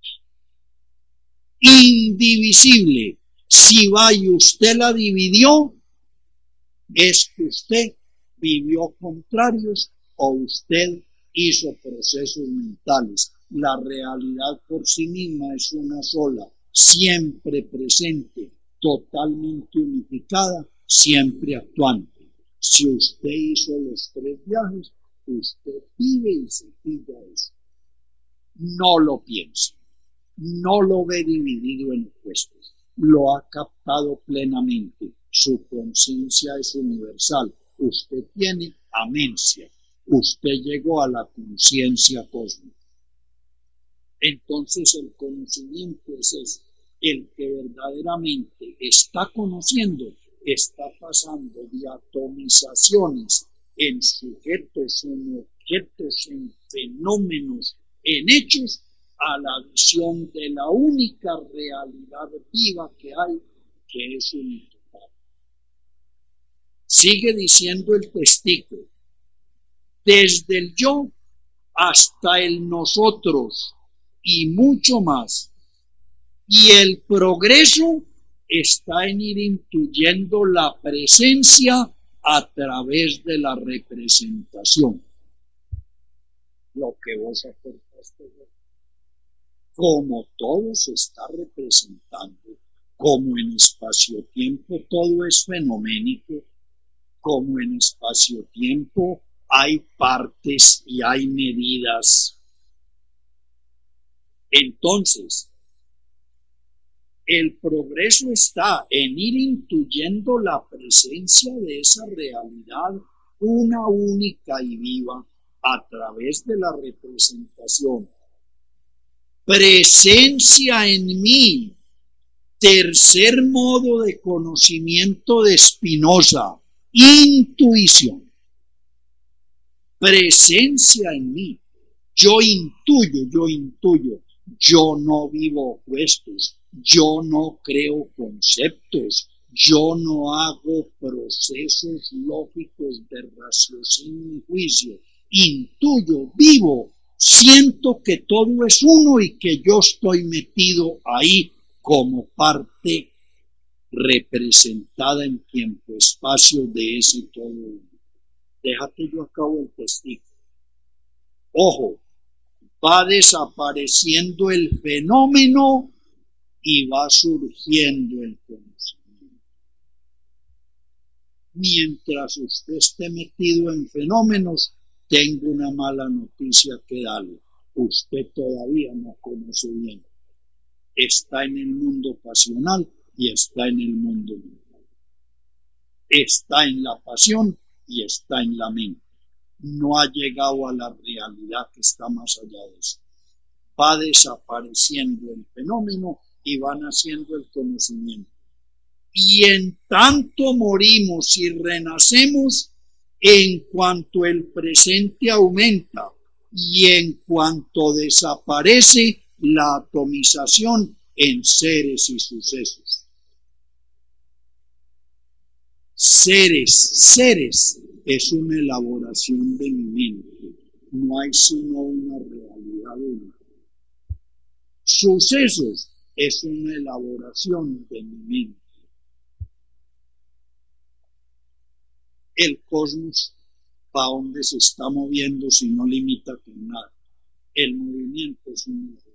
indivisible. Si va y usted la dividió, es que usted vivió contrarios o usted hizo procesos mentales. La realidad por sí misma es una sola, siempre presente, totalmente unificada, siempre actuante. Si usted hizo los tres viajes, usted vive y se pilla eso. No lo piensa, no lo ve dividido en opuestos, lo ha captado plenamente. Su conciencia es universal. Usted tiene amencia. Usted llegó a la conciencia cósmica. Entonces el conocimiento es ese. El que verdaderamente está conociendo, está pasando de atomizaciones en sujetos, en objetos, en fenómenos, en hechos, a la visión de la única realidad viva que hay, que es unitotal. Sigue diciendo el testigo, desde el yo hasta el nosotros y mucho más. Y el progreso está en ir intuyendo la presencia a través de la representación. Lo que vos aportaste, como todo se está representando, como en espacio-tiempo todo es fenoménico, como en espacio-tiempo hay partes y hay medidas. Entonces, el progreso está en ir intuyendo la presencia de esa realidad, una única y viva, a través de la representación. Presencia en mí, Tercer modo de conocimiento de Spinoza, intuición. Presencia en mí. Yo intuyo, yo intuyo. Yo no vivo opuestos. Yo no creo conceptos. Yo no hago procesos lógicos de raciocinio y juicio. Intuyo, vivo, siento que todo es uno y que yo estoy metido ahí como parte representada en tiempo-espacio de ese todo uno. Déjate, yo acabo el testigo. Ojo, va desapareciendo el fenómeno y va surgiendo el conocimiento. Mientras usted esté metido en fenómenos, tengo una mala noticia que darle. Usted todavía no conoce bien. Está en el mundo pasional y está en el mundo mental. Está en la pasión y está en la mente. No ha llegado a la realidad que está más allá de eso. Va desapareciendo el fenómeno y va naciendo el conocimiento. Y en tanto morimos y renacemos, en cuanto el presente aumenta y en cuanto desaparece la atomización en seres y sucesos. Seres, seres es una elaboración de mi mente, no hay sino una realidad única. Sucesos es una elaboración de mi mente. El cosmos, ¿para dónde se está moviendo si no limita con nada? El movimiento es una elaboración.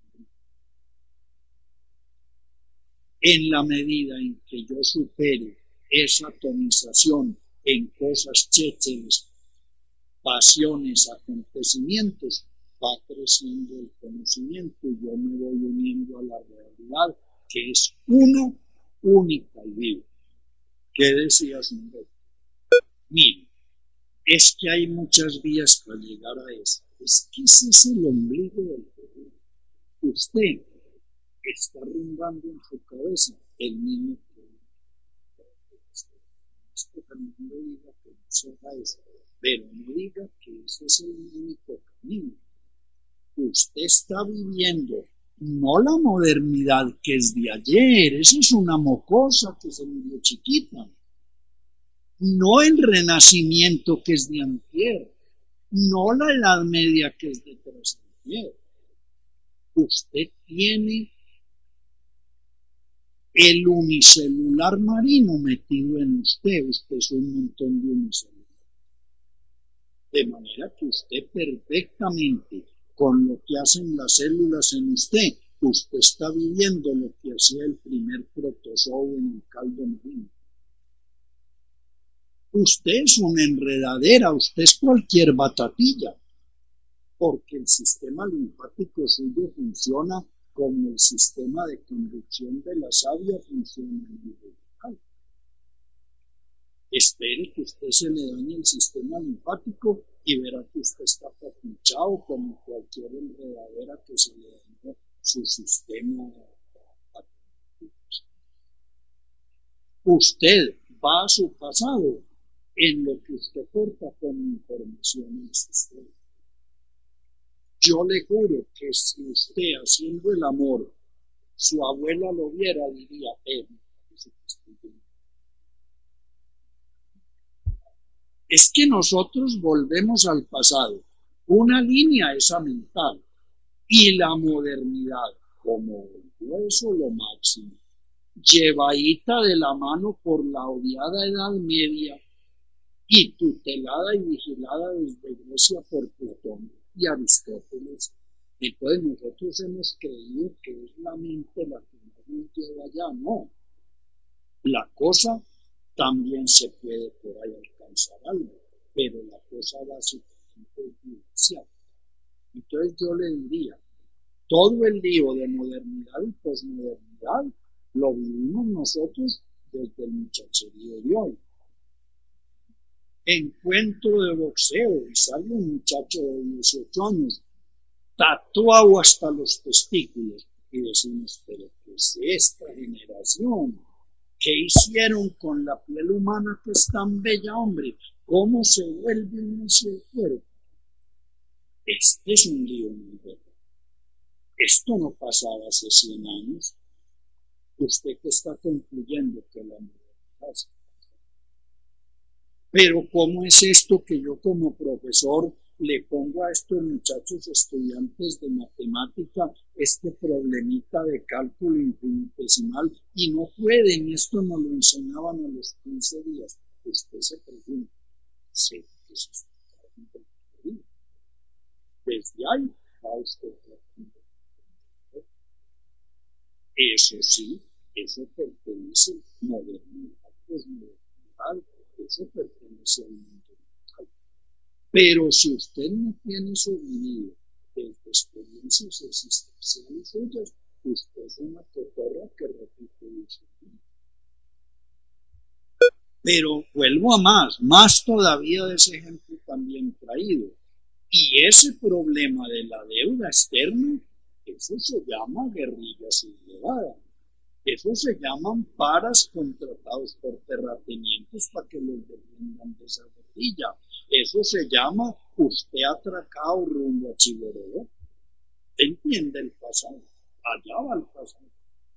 En la medida en que yo supere esa atomización en cosas chécheres, pasiones, acontecimientos, va creciendo el conocimiento y yo me voy uniendo a la realidad que es una, única y viva. ¿Qué decías, Humberto? Mire, es que hay muchas vías para llegar a eso. Es que ese es el ombligo del problema. Usted está rumbando en su cabeza el mismo problema. Esto también no diga que no sea eso, pero no diga que ese es el único camino. Usted está viviendo no la modernidad que es de ayer, esa es una mocosa que se murió chiquita. No el renacimiento que es de antier, no la edad media que es de tras antier. Usted tiene el unicelular marino metido en usted, usted es un montón de unicelular. De manera que usted perfectamente, con lo que hacen las células en usted, usted está viviendo lo que hacía el primer protozoo en el caldo marino. Usted es una enredadera, usted es cualquier batatilla, porque el sistema linfático suyo funciona como el sistema de conducción de la savia funciona en el vegetal. Espere que usted se le dañe el sistema linfático y verá que usted está papuchado como cualquier enredadera que se le dañó su sistema linfático. Usted va a su pasado en lo que usted porta como información en el sistema. Yo le juro que si usted haciendo el amor, su abuela lo viera, diría, eh, es que nosotros volvemos al pasado. Una línea esa mental y la modernidad como eso lo máximo, llevadita de la mano por la odiada Edad Media y tutelada y vigilada desde Grecia por Platón y Aristóteles. Entonces nosotros hemos creído que es la mente la que nos lleva allá. No, la cosa también se puede por ahí alcanzar algo, pero la cosa básicamente es vivencial. Entonces yo le diría, todo el lío de modernidad y posmodernidad lo vivimos nosotros desde el muchacherío de hoy. Encuentro de boxeo y sale un muchacho de dieciocho años, tatuado hasta los testículos, y decimos, pero pues esta generación, ¿qué hicieron con la piel humana que es tan bella, hombre? ¿Cómo se vuelve un ese cuerpo? Este es un lío muy grande. Esto no pasaba hace cien años. Usted que está concluyendo que la modernidad. Pero ¿cómo es esto que yo como profesor le pongo a estos muchachos estudiantes de matemática este problemita de cálculo infinitesimal y no pueden? Esto nos lo enseñaban a los quince días. Usted se pregunta, ¿sí? Eso es un desde ahí va usted. Eso sí, eso pertenece a modernidad, posmodernidad, eso pertenece al mundo mental. Pero si usted no tiene eso vivido desde experiencias existenciales suyas, usted es una cotorra que repite eso. Pero vuelvo a más, más todavía de ese ejemplo también traído. Y ese problema de la deuda externa, eso se llama guerrilla sublevada. Eso se llaman paras contratados por terratenientes para que los defiendan de esa guerrilla. Eso se llama usted atracado rumbo a Chigorodó. ¿Entiende el pasado? Allá va el pasado.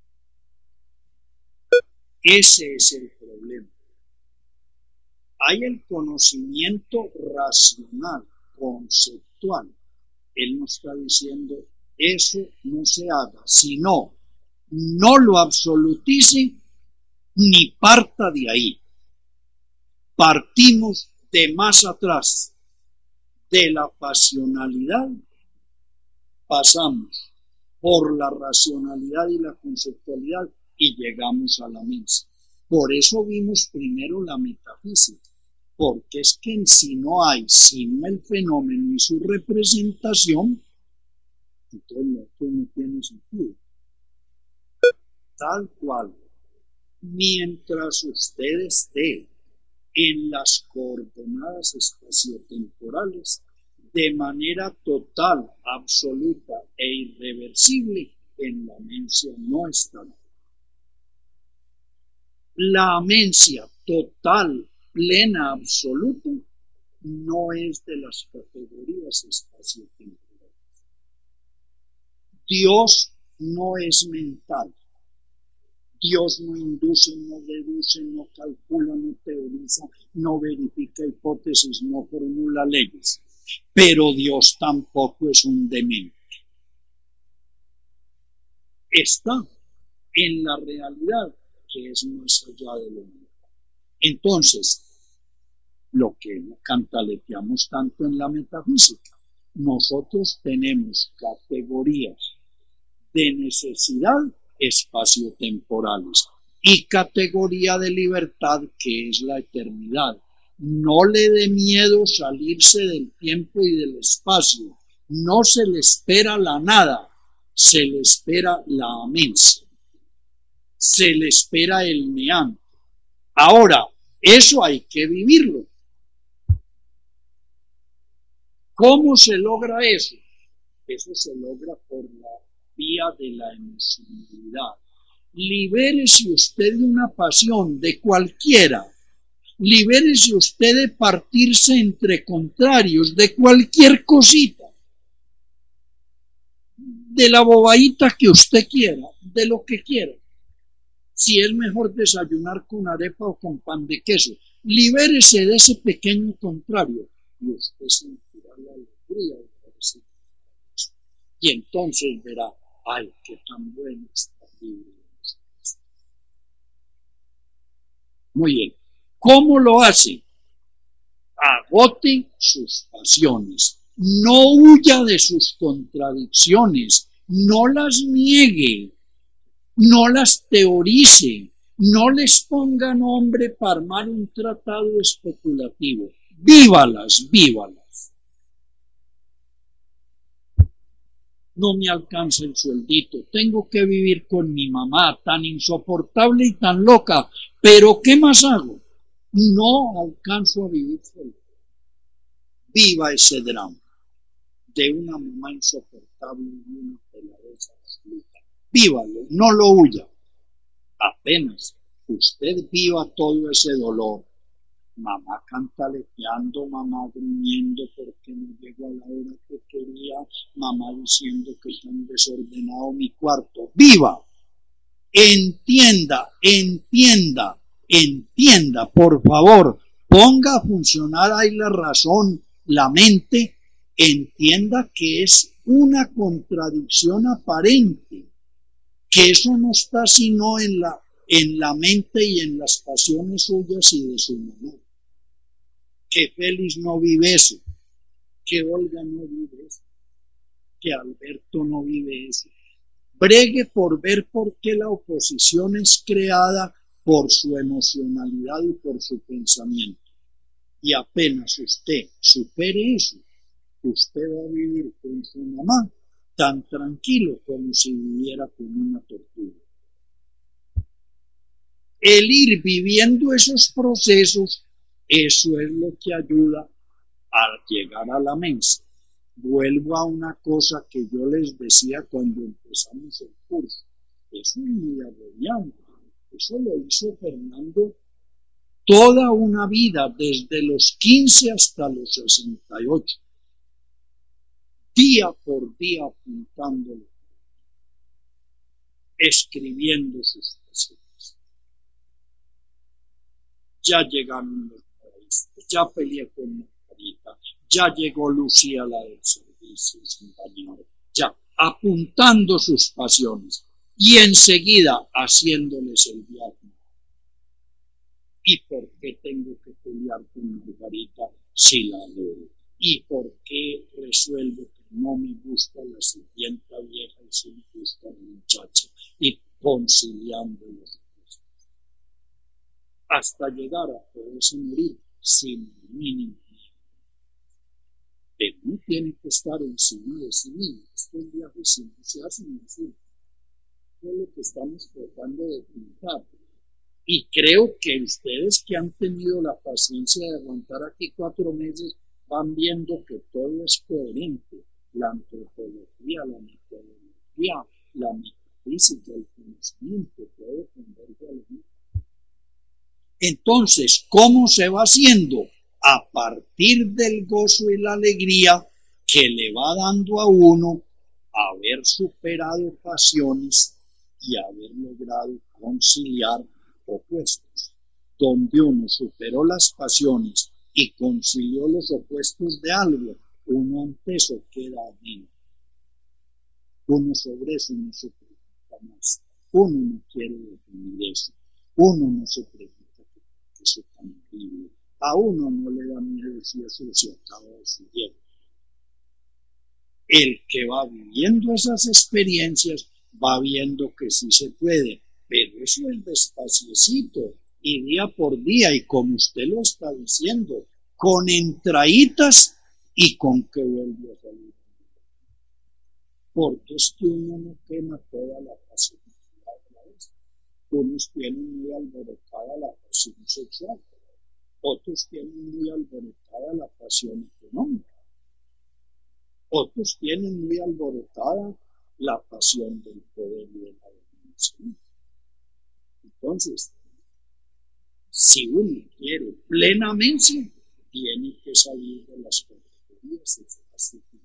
Ese es el problema. Hay el conocimiento racional, conceptual. Él no está diciendo eso no se haga, sino no lo absolutice ni parta de ahí. Partimos de más atrás, de la pasionalidad, pasamos por la racionalidad y la conceptualidad y llegamos a la mente. Por eso vimos primero la metafísica, porque es que en sí no hay sino el fenómeno y su representación, entonces esto no tiene sentido. Tal cual, mientras usted esté en las coordenadas espaciotemporales, de manera total, absoluta e irreversible, en la amencia no está. La amencia total, plena, absoluta, no es de las categorías espaciotemporales. Dios no es mental. Dios no induce, no deduce, no calcula, no teoriza, no verifica hipótesis, no formula leyes. Pero Dios tampoco es un demente. Está en la realidad que es más allá de lo mismo. Entonces, lo que cantaleteamos tanto en la metafísica, nosotros tenemos categorías de necesidad espaciotemporales y categoría de libertad que es la eternidad. No le dé miedo salirse del tiempo y del espacio. No se le espera la nada, se le espera la amencia. Se le espera el neante. Ahora, eso hay que vivirlo. ¿Cómo se logra eso? Eso se logra por la vía de la emocionalidad. Libérese usted de una pasión, de cualquiera. Libérese usted de partirse entre contrarios, de cualquier cosita. De la bobadita que usted quiera, de lo que quiera. Si es mejor desayunar con arepa o con pan de queso, libérese de ese pequeño contrario y usted sentirá la alegría de parecer. Y entonces verá, ay, qué tan bueno está libre. Muy bien. ¿Cómo lo hace? Agote sus pasiones. No huya de sus contradicciones. No las niegue. No las teorice, no les ponga nombre para armar un tratado especulativo. Vívalas, vívalas. No me alcanza el sueldito, tengo que vivir con mi mamá, tan insoportable y tan loca, pero ¿qué más hago? No alcanzo a vivir solo. Viva ese drama de una mamá insoportable y una peladeza absoluta. vívalo, no lo huya. Apenas usted viva todo ese dolor, mamá cantaleteando, mamá gruñendo porque no llegó a la hora que quería, mamá diciendo que tan desordenado mi cuarto, viva, entienda, entienda, entienda, por favor, ponga a funcionar ahí la razón, la mente, entienda que es una contradicción aparente, que eso no está sino en la, en la mente y en las pasiones suyas y de su mamá. Que Félix no vive eso, que Olga no vive eso, que Alberto no vive eso. Bregue por ver por qué la oposición es creada por su emocionalidad y por su pensamiento. Y apenas usted supere eso, usted va a vivir con su mamá tan tranquilo como si viviera con una tortura. El ir viviendo esos procesos, eso es lo que ayuda a llegar a la mesa. Vuelvo a una cosa que yo les decía cuando empezamos el curso. Eso es muy agobiante. Eso lo hizo Fernando toda una vida, desde los quince hasta los sesenta y ocho. Día por día apuntándolo, escribiendo sus pasiones. Ya llegaron los maestros, ya peleé con Margarita, ya llegó Lucía, la del servicio, sin bañar, ya apuntando sus pasiones y enseguida haciéndoles el diagnóstico. ¿Y por qué tengo que pelear con Margarita si la adoro? ¿Y por qué resuelvo que no me gusta la sirvienta vieja y si me gusta la muchacha? Y conciliando los dos. Hasta llegar a poderse morir sin el mínimo. Pero no tiene que estar encima de sí mismo. Estos viajes siempre se hacen así. Es lo que estamos tratando de pintar. Y creo que ustedes que han tenido la paciencia de aguantar aquí cuatro meses van viendo que todo es coherente. La antropología, la metodología, la metafísica, el conocimiento, todo converge a lo mismo. Entonces, ¿cómo se va haciendo? A partir del gozo y la alegría que le va dando a uno haber superado pasiones y haber logrado conciliar opuestos. Donde uno superó las pasiones y concilió los opuestos de algo, uno ante eso queda bien. Uno sobre eso no se pregunta más. Uno no quiere definir eso. Uno no se pregunta qué es eso tan horrible. A uno no le da miedo si eso se acaba de suceder. El que va viviendo esas experiencias va viendo que sí se puede, pero eso es despaciecito y día por día, y como usted lo está diciendo, con entraditas y con que vuelve a salir. Porque es que uno no quema toda la pasión a la vez. Unos tienen muy alborotada la pasión sexual, otros tienen muy alborotada la pasión económica, otros tienen muy alborotada la pasión del poder y de la dominación. Entonces, si uno quiere plenamente, tiene que salir de las categorías de ese tipo.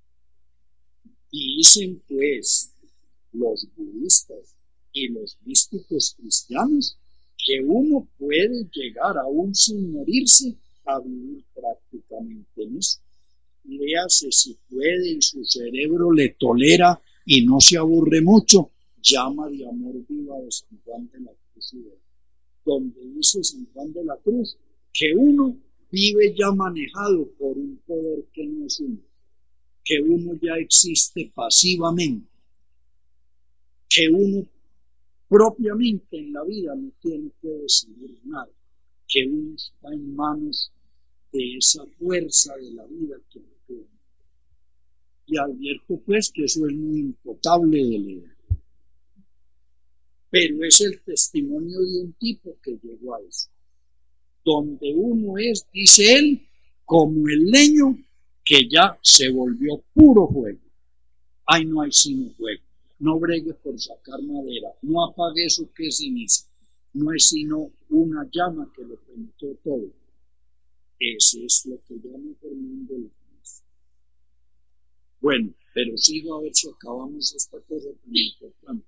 Dicen pues los budistas y los místicos cristianos que uno puede llegar aún sin morirse a vivir prácticamente en eso. Léase si puede y su cerebro le tolera y no se aburre mucho, Llama de amor viva de San Juan de la Cruz, donde dice San Juan de la Cruz que uno vive ya manejado por un poder que no es uno, que uno ya existe pasivamente, que uno propiamente en la vida no tiene que decidir nada, que uno está en manos de esa fuerza de la vida que actúa. Y advierto pues que eso es muy impotable de leer. Pero es el testimonio de un tipo que llegó a eso. Donde uno es, dice él, como el leño que ya se volvió puro fuego. Ahí no hay sino fuego. no bregue por sacar madera, no apague eso que es ceniza, no es sino una llama que lo penetró todo. Ese es lo que llama Fernando López. Bueno, pero sigo a ver si acabamos esta cosa tan importante.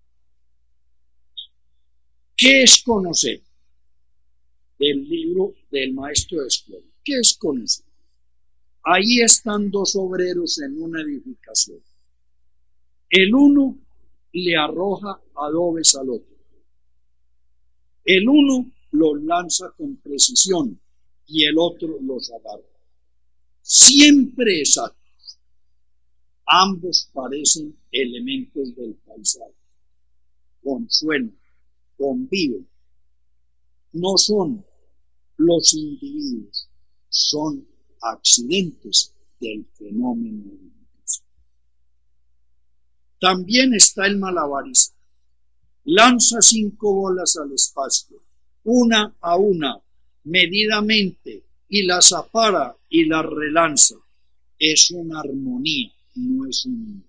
¿Qué es conocer? Del libro del maestro de escuela. ¿Qué es conocer? Ahí están dos obreros en una edificación. El uno le arroja adobes al otro. El uno los lanza con precisión y el otro los agarra. Siempre exactos. Ambos parecen elementos del paisaje. Consuenan, conviven. No son los individuos, son accidentes del fenómeno de la educación. También está el malabarista. Lanza cinco bolas al espacio, una a una, medidamente, y las apara y las relanza. Es una armonía, no es un...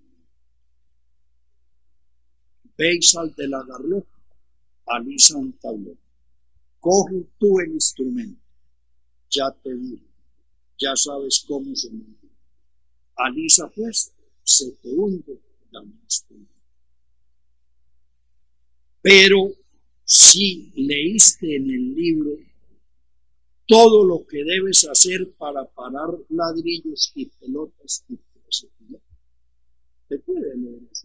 Veis al de la garlopa, alisa un tablero. Coge tú el instrumento, ya te digo, ya sabes cómo se mueve. Alisa pues, se te hunde la instrumento. Pero si leíste en el libro todo lo que debes hacer para parar ladrillos y pelotas y filosofía, te puede leer eso.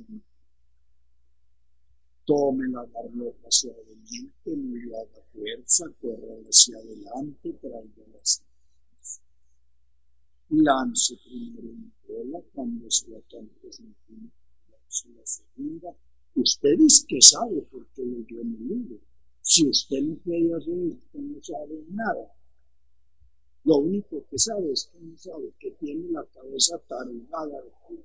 Tome la garlopa suavemente, no lo haga fuerza, corra hacia adelante, traiga las manos. Lance primero una bola, cuando sea tanto centímetros, lance la segunda. Usted dice que sabe porque leyó en el libro. Si usted no puede hacer esto, no sabe nada. Lo único que sabe es que no sabe, que tiene la cabeza tarugada de todo.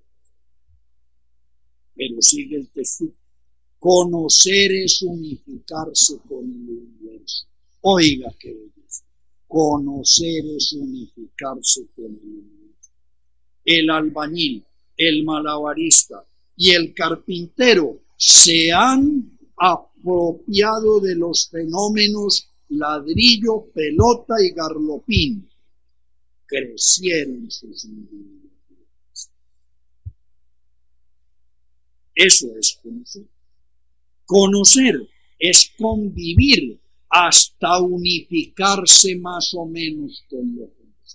Pero sigue el testigo. Conocer es unificarse con el universo. Oiga qué belleza. Conocer es unificarse con el universo. El albañil, el malabarista y el carpintero se han apropiado de los fenómenos ladrillo, pelota y garlopín. Crecieron sus individuos. Eso es conocer. Conocer es convivir hasta unificarse más o menos con lo que es.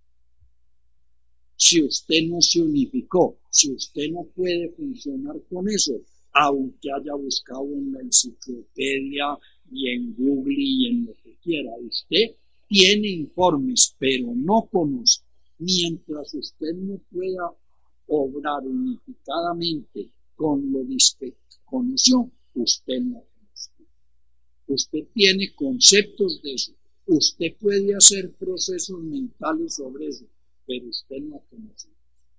Si usted no se unificó, si usted no puede funcionar con eso, aunque haya buscado en la enciclopedia y en Google y en lo que quiera, usted tiene informes, pero no conoce. Mientras usted no pueda obrar unificadamente con lo que conoció, usted no conoce. Usted tiene conceptos de eso. Usted puede hacer procesos mentales sobre eso, pero usted no conoce.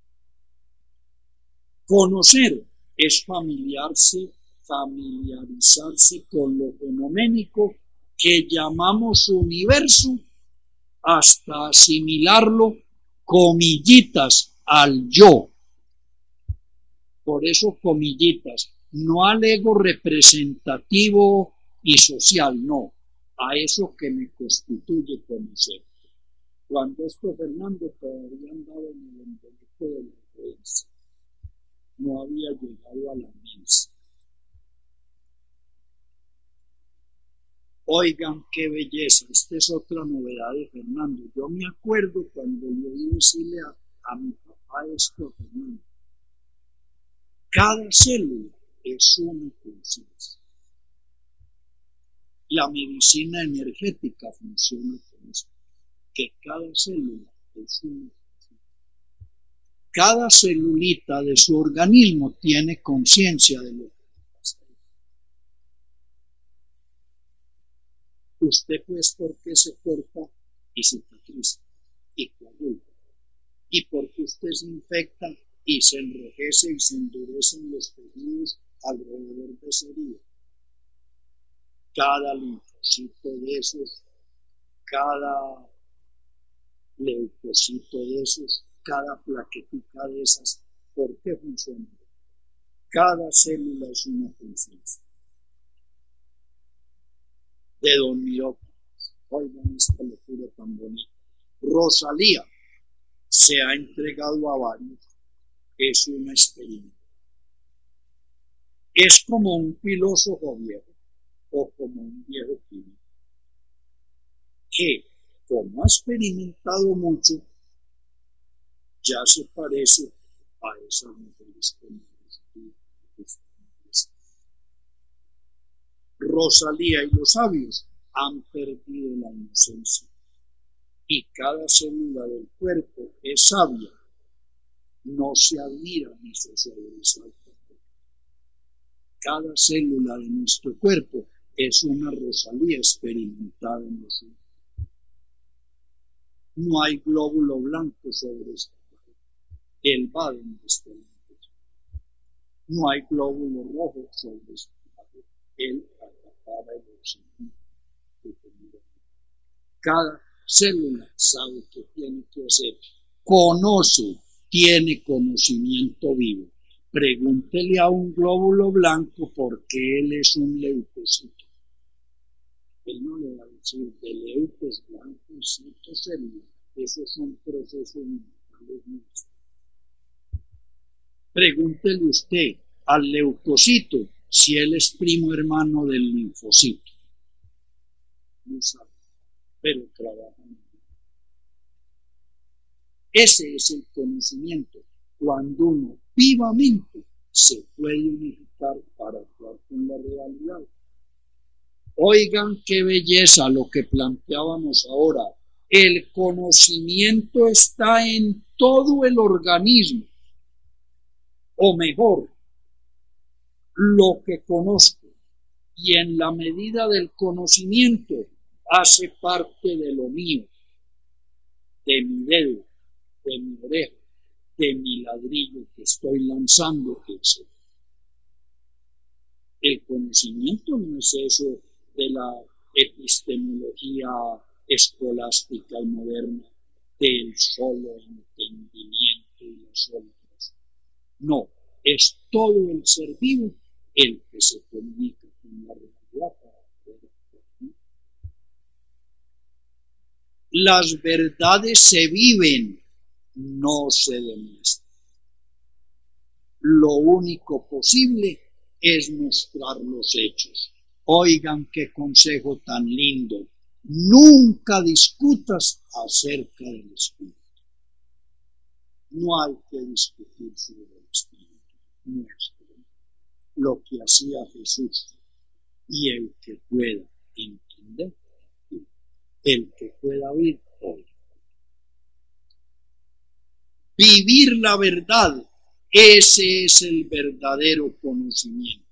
Conocer es familiarse, familiarizarse con lo fenoménico que llamamos universo hasta asimilarlo, comillitas, al yo. Por eso comillitas, no al ego representativo y social, no, a eso que me constituye conocer. Cuando esto Fernando todavía andaba en el embeleco de la creencia, no había llegado a la misa. Oigan qué belleza, esta es otra novedad de Fernando. Yo me acuerdo cuando yo iba a decirle a, a mi papá esto, Fernando. Cada célula es una conciencia. La medicina energética funciona con eso, que cada célula es una conciencia. Cada celulita de su organismo tiene conciencia de lo que pasa. Usted pues, ¿por qué se corta y cicatriza y coagula? Y porque usted se infecta y se enrojece y se endurecen los tejidos alrededor de esa herida. Cada linfocito de esos, cada leucocito de esos, cada plaquetica de esas, ¿por qué funciona? Cada célula es una conciencia. De Don Mirópolis. Oigan esta lectura tan bonita. Rosalía se ha entregado a varios. Es una experiencia. Es como un filósofo viejo o como un viejo químico que, como ha experimentado mucho, ya se parece a esas mujeres que Rosalía y los sabios han perdido la inocencia y cada célula del cuerpo es sabia, no se admira ni se sobresalta. Cada célula de nuestro cuerpo es una Rosalía experimentada en nosotros. No hay glóbulo blanco sobre este cuerpo. Él va donde está el pecho. No hay glóbulo rojo sobre este cuerpo. Él acapara el oxígeno. Cada célula sabe qué tiene que hacer. Conoce, tiene conocimiento vivo. Pregúntele a un glóbulo blanco por qué él es un leucocito. Él no le va a decir de leucos, blancos, citocélulas. Esos son procesos mentales nuestros. Pregúntele usted al leucocito si él es primo hermano del linfocito. No sabe, pero trabaja en él. Ese es el conocimiento. Cuando uno vivamente se puede unificar para actuar con la realidad. Oigan qué belleza lo que planteábamos ahora. El conocimiento está en todo el organismo. O mejor, lo que conozco. Y en la medida del conocimiento hace parte de lo mío, de mi dedo, de mi oreja, de mi ladrillo que estoy lanzando, etcétera. El conocimiento no es eso de la epistemología escolástica y moderna, del solo entendimiento y las solas. No, es todo el ser vivo el que se comunica con la realidad para poder actuar. Las verdades se viven, no se demuestra. Lo único posible es mostrar los hechos. Oigan qué consejo tan lindo. Nunca discutas acerca del espíritu. No hay que discutir sobre el espíritu nuestro. Lo que hacía Jesús y el que pueda entender, el que pueda oír, oiga. Vivir la verdad, ese es el verdadero conocimiento.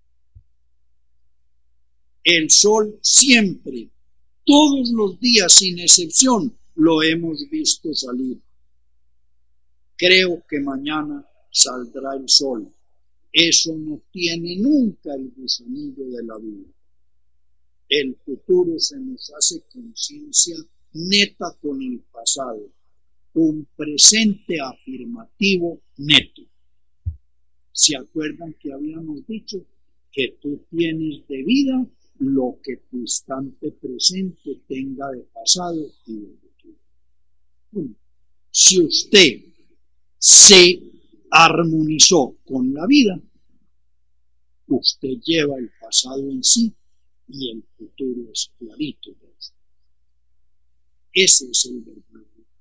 El sol siempre, todos los días sin excepción, lo hemos visto salir. Creo que mañana saldrá el sol. Eso no tiene nunca el gusanillo de la vida. El futuro se nos hace conciencia neta con el pasado. Un presente afirmativo neto. ¿Se acuerdan que habíamos dicho que tú tienes de vida lo que tu instante presente tenga de pasado y de futuro? Bueno, si usted se armonizó con la vida, usted lleva el pasado en sí y el futuro es clarito de usted. Ese es el verdadero.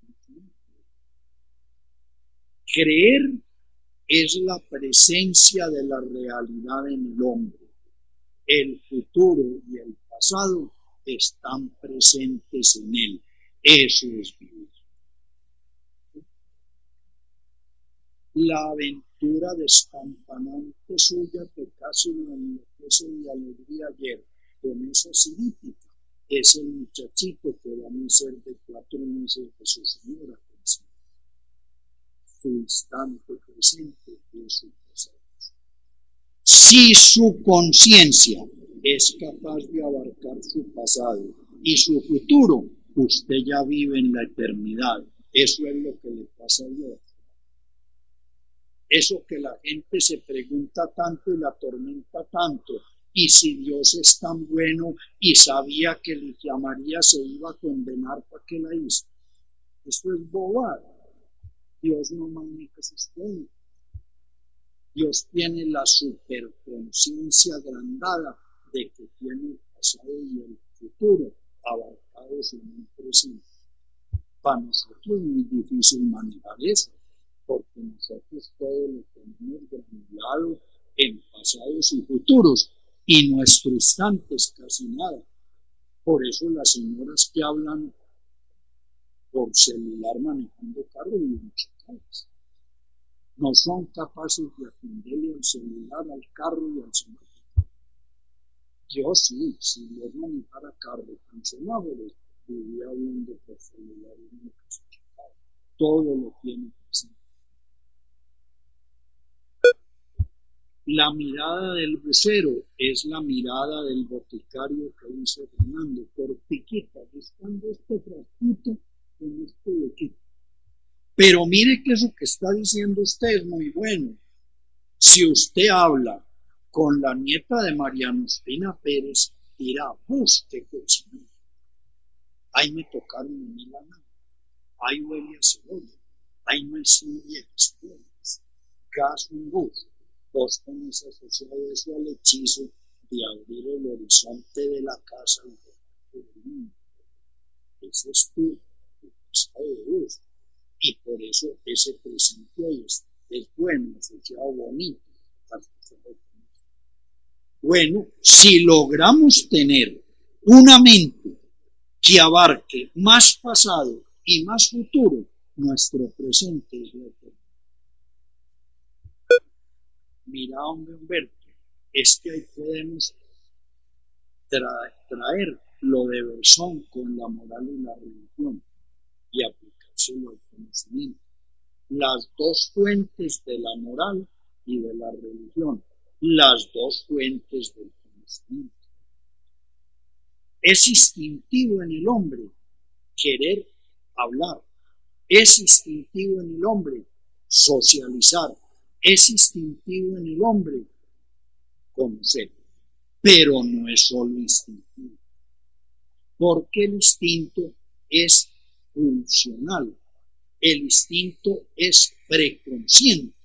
Creer es la presencia de la realidad en el hombre. El futuro y el pasado están presentes en él. Eso es vivir. La aventura despampanante suya que casi lo enloquece de alegría ayer con esa cirítica es el muchachito que va a ser de cuatro meses de su señora. Su instante presente es su pasado. Si su conciencia es capaz de abarcar su pasado y su futuro, usted ya vive en la eternidad. Eso es lo que le pasa a Dios. Eso que la gente se pregunta tanto y la atormenta tanto. Y si Dios es tan bueno y sabía que Ligia María se iba a condenar, ¿para qué la hizo? Eso es bobada. Dios no maneja sus planes. Dios tiene la superconciencia agrandada de que tiene el pasado y el futuro abarcados en un presente. Para nosotros es muy difícil manejar eso, porque nosotros todo lo tenemos granulado en pasados y futuros, y nuestro instante es casi nada. Por eso las señoras que hablan por celular manejando carro viven chocadas. No son capaces de atenderle al celular, al carro y al semáforo. Yo sí, si yo manejara carro con semáforos, vivía hablando por celular y nunca se chocaba. Todo lo tiene presente. La mirada del bucero es la mirada del boticario que dice Fernando, por piquita, buscando este frasquito con este boquito. Pero mire que eso que está diciendo usted es muy bueno. Si usted habla con la nieta de Mariano Espina Pérez, dirá, busque cochinero. Ahí me tocaron a mí la mano. Ahí huele a cebolla. Ahí no hay cien viejas flores. Gas un bus. Vos tenés asociado eso al hechizo de abrir el horizonte de la casa y de el mundo. Ese es tu pasado de bus. Y por eso ese presente ahí es, es bueno, asociado bonito. Bueno, si logramos tener una mente que abarque más pasado y más futuro, nuestro presente es la eternidad. Mira, hombre Humberto, es que ahí podemos tra- traer lo de Bersón con la moral y la religión y aplicárselo al conocimiento. Las dos fuentes de la moral y de la religión, las dos fuentes del conocimiento. Es instintivo en el hombre querer hablar, es instintivo en el hombre socializar, es instintivo en el hombre conocer, pero no es solo instintivo, porque el instinto es funcional, el instinto es preconsciente.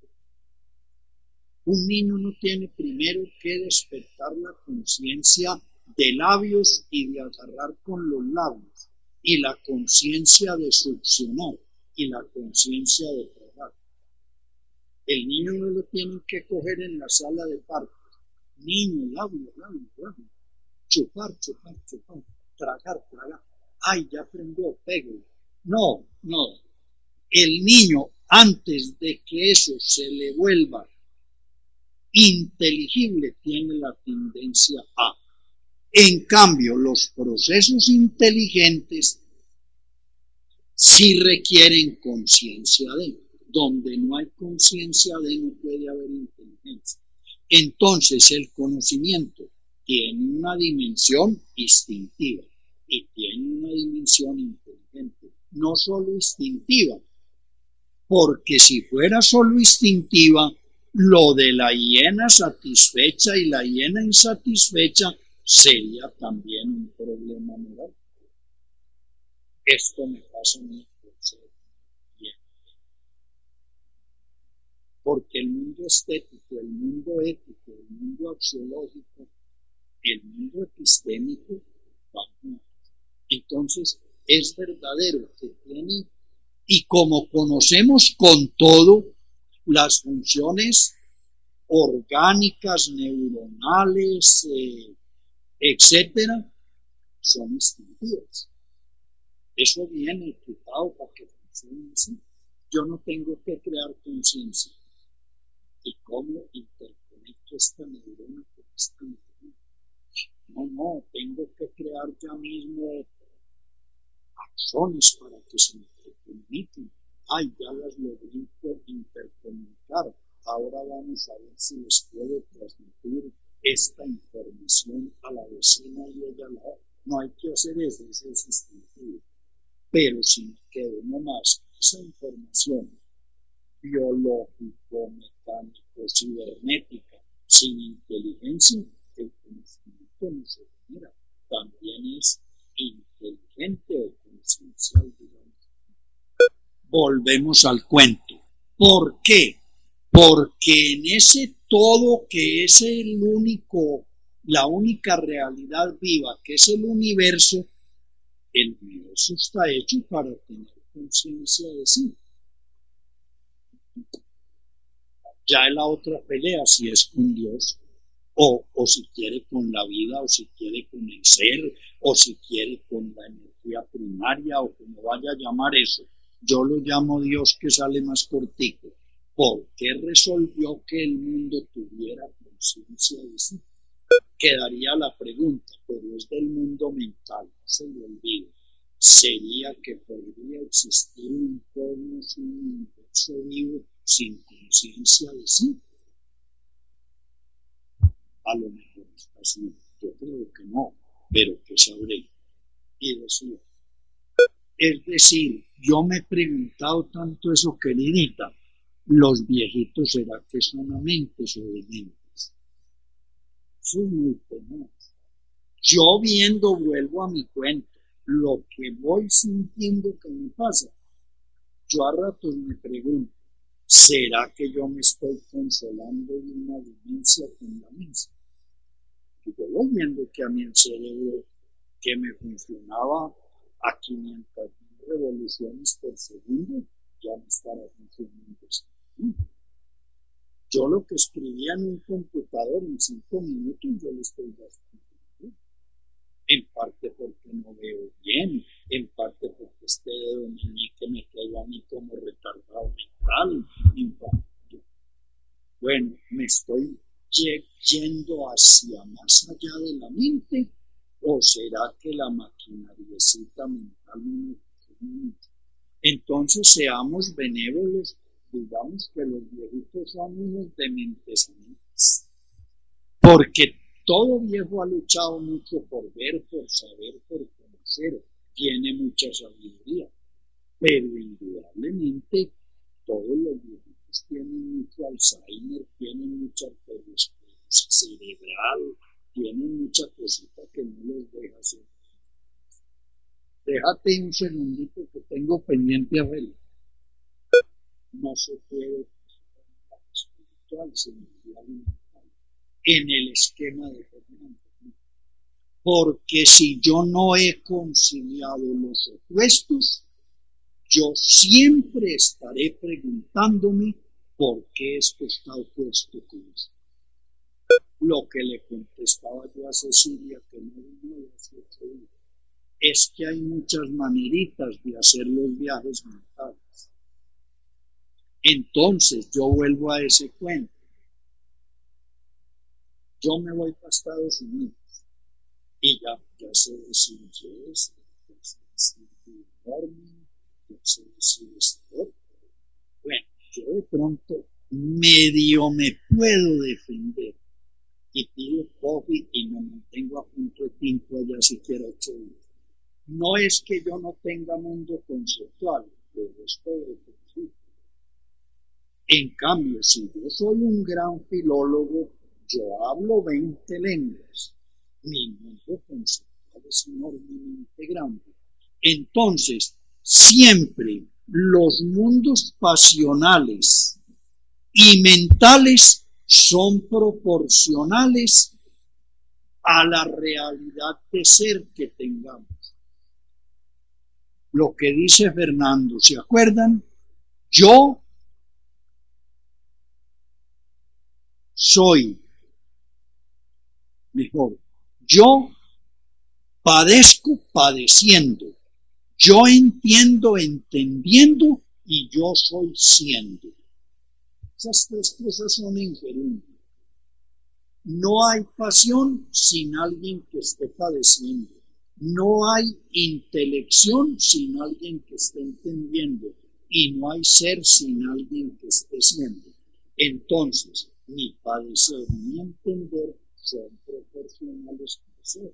Un niño no tiene primero que despertar la conciencia de labios y de agarrar con los labios, y la conciencia de succionar, y la conciencia de tragar. El niño no lo tienen que coger en la sala de parto. Niño, labio, labio, labio. Chupar, chupar, chupar. Tragar, tragar. Ay, ya aprendió, pégale. No, no. El niño, antes de que eso se le vuelva inteligible, tiene la tendencia a. En cambio, los procesos inteligentes sí requieren conciencia de. Donde no hay conciencia de, no puede haber inteligencia. Entonces, el conocimiento tiene una dimensión instintiva y tiene una dimensión inteligente, no solo instintiva, porque si fuera solo instintiva, lo de la hiena satisfecha y la hiena insatisfecha sería también un problema moral. Esto me pasa a mí por ser hiena. Porque el mundo estético, el mundo ético, el mundo axiológico, el mundo epistémico, van. Entonces, es verdadero que tiene, y como conocemos con todo, las funciones orgánicas, neuronales, eh, etcétera, son instintivas. Eso viene equipado para que funcione así. Yo no tengo que crear conciencia. ¿Y cómo interconecto esta neurona con esta neurona? No, no, tengo que crear ya mismo axones para que se intercomuniquen. Ay, ya las logré intercomunicar. Ahora vamos a ver si les puedo transmitir esta información a la vecina y ella la... No hay que hacer eso, eso es instintivo. Pero si me quedo nomás esa información biológico, mecánico, cibernética, sin inteligencia, el conocimiento no se genera. También es inteligente o conciencial, digamos. Volvemos al cuento. ¿Por qué? Porque en ese todo que es el único, la única realidad viva, que es el universo, el universo está hecho para tener conciencia de sí. Ya en la otra pelea, si es con Dios, o, o si quiere con la vida, o si quiere con el ser, o si quiere con la energía primaria, o como vaya a llamar eso. Yo lo llamo Dios, que sale más cortico. ¿Por qué resolvió que el mundo tuviera conciencia de sí? Quedaría la pregunta, pero es del mundo mental, no se le olvide. ¿Sería que podría existir un cosmos, un universo vivo sin conciencia de sí? A lo mejor está así, yo creo que no, pero que sabré. Y decía, es decir, yo me he preguntado tanto eso, queridita, los viejitos, ¿será que son amentes o dementes? Eso es muy penoso. Yo viendo, vuelvo a mi cuento, lo que voy sintiendo que me pasa. Yo a ratos me pregunto, ¿será que yo me estoy consolando de una demencia con la mente? Y yo voy viendo que a mí el cerebro, que me funcionaba a quinientas mil revoluciones por segundo, ya me estaba funcionando. Yo lo que escribía en un computador en cinco minutos, yo lo estoy gastando. En parte porque no veo bien, en parte porque este dedo meñique me quedó a mí como retardado mental. En parte, bueno, me estoy yendo hacia más allá de la mente, o será que la maquinariecita mental no me funciona mucho. Entonces seamos benévolos, digamos que los viejitos son unos dementes, porque todo viejo ha luchado mucho por ver, por saber, por conocer, tiene mucha sabiduría, pero indudablemente todos los viejitos tienen mucho Alzheimer, tienen mucha esclerosis cerebral, tienen mucha cosita que no les deja hacer. Déjate un segundito que tengo pendiente a verlo. No se puede espiritual, en el esquema de Fernando. Porque si yo no he conciliado los opuestos, yo siempre estaré preguntándome por qué esto está opuesto con esto. Lo que le contestaba yo a Cecilia, que no vino hace ocho días, es que hay muchas maneritas de hacer los viajes mentales. Entonces yo vuelvo a ese cuento. Yo me voy para Estados Unidos y ya, ya sé decir yes, ya sé decir good morning, ya sé decir stop. Bueno, yo de pronto medio me puedo defender y pido coffee y me mantengo a punto de tinto allá siquiera ocho días. No es que yo no tenga mundo conceptual, pero es todo principio. En cambio, si yo soy un gran filólogo, yo hablo veinte lenguas, mi mundo conceptual es enormemente grande. Entonces, siempre los mundos pasionales y mentales son proporcionales a la realidad de ser que tengamos. Lo que dice Fernando, ¿se acuerdan? Yo soy, mejor, yo padezco padeciendo, yo entiendo entendiendo y yo soy siendo. Esas tres cosas son en gerundio. No hay pasión sin alguien que esté padeciendo. No hay intelección sin alguien que esté entendiendo. Y no hay ser sin alguien que esté siendo. Entonces, ni padecer ni entender son proporcionales al ser.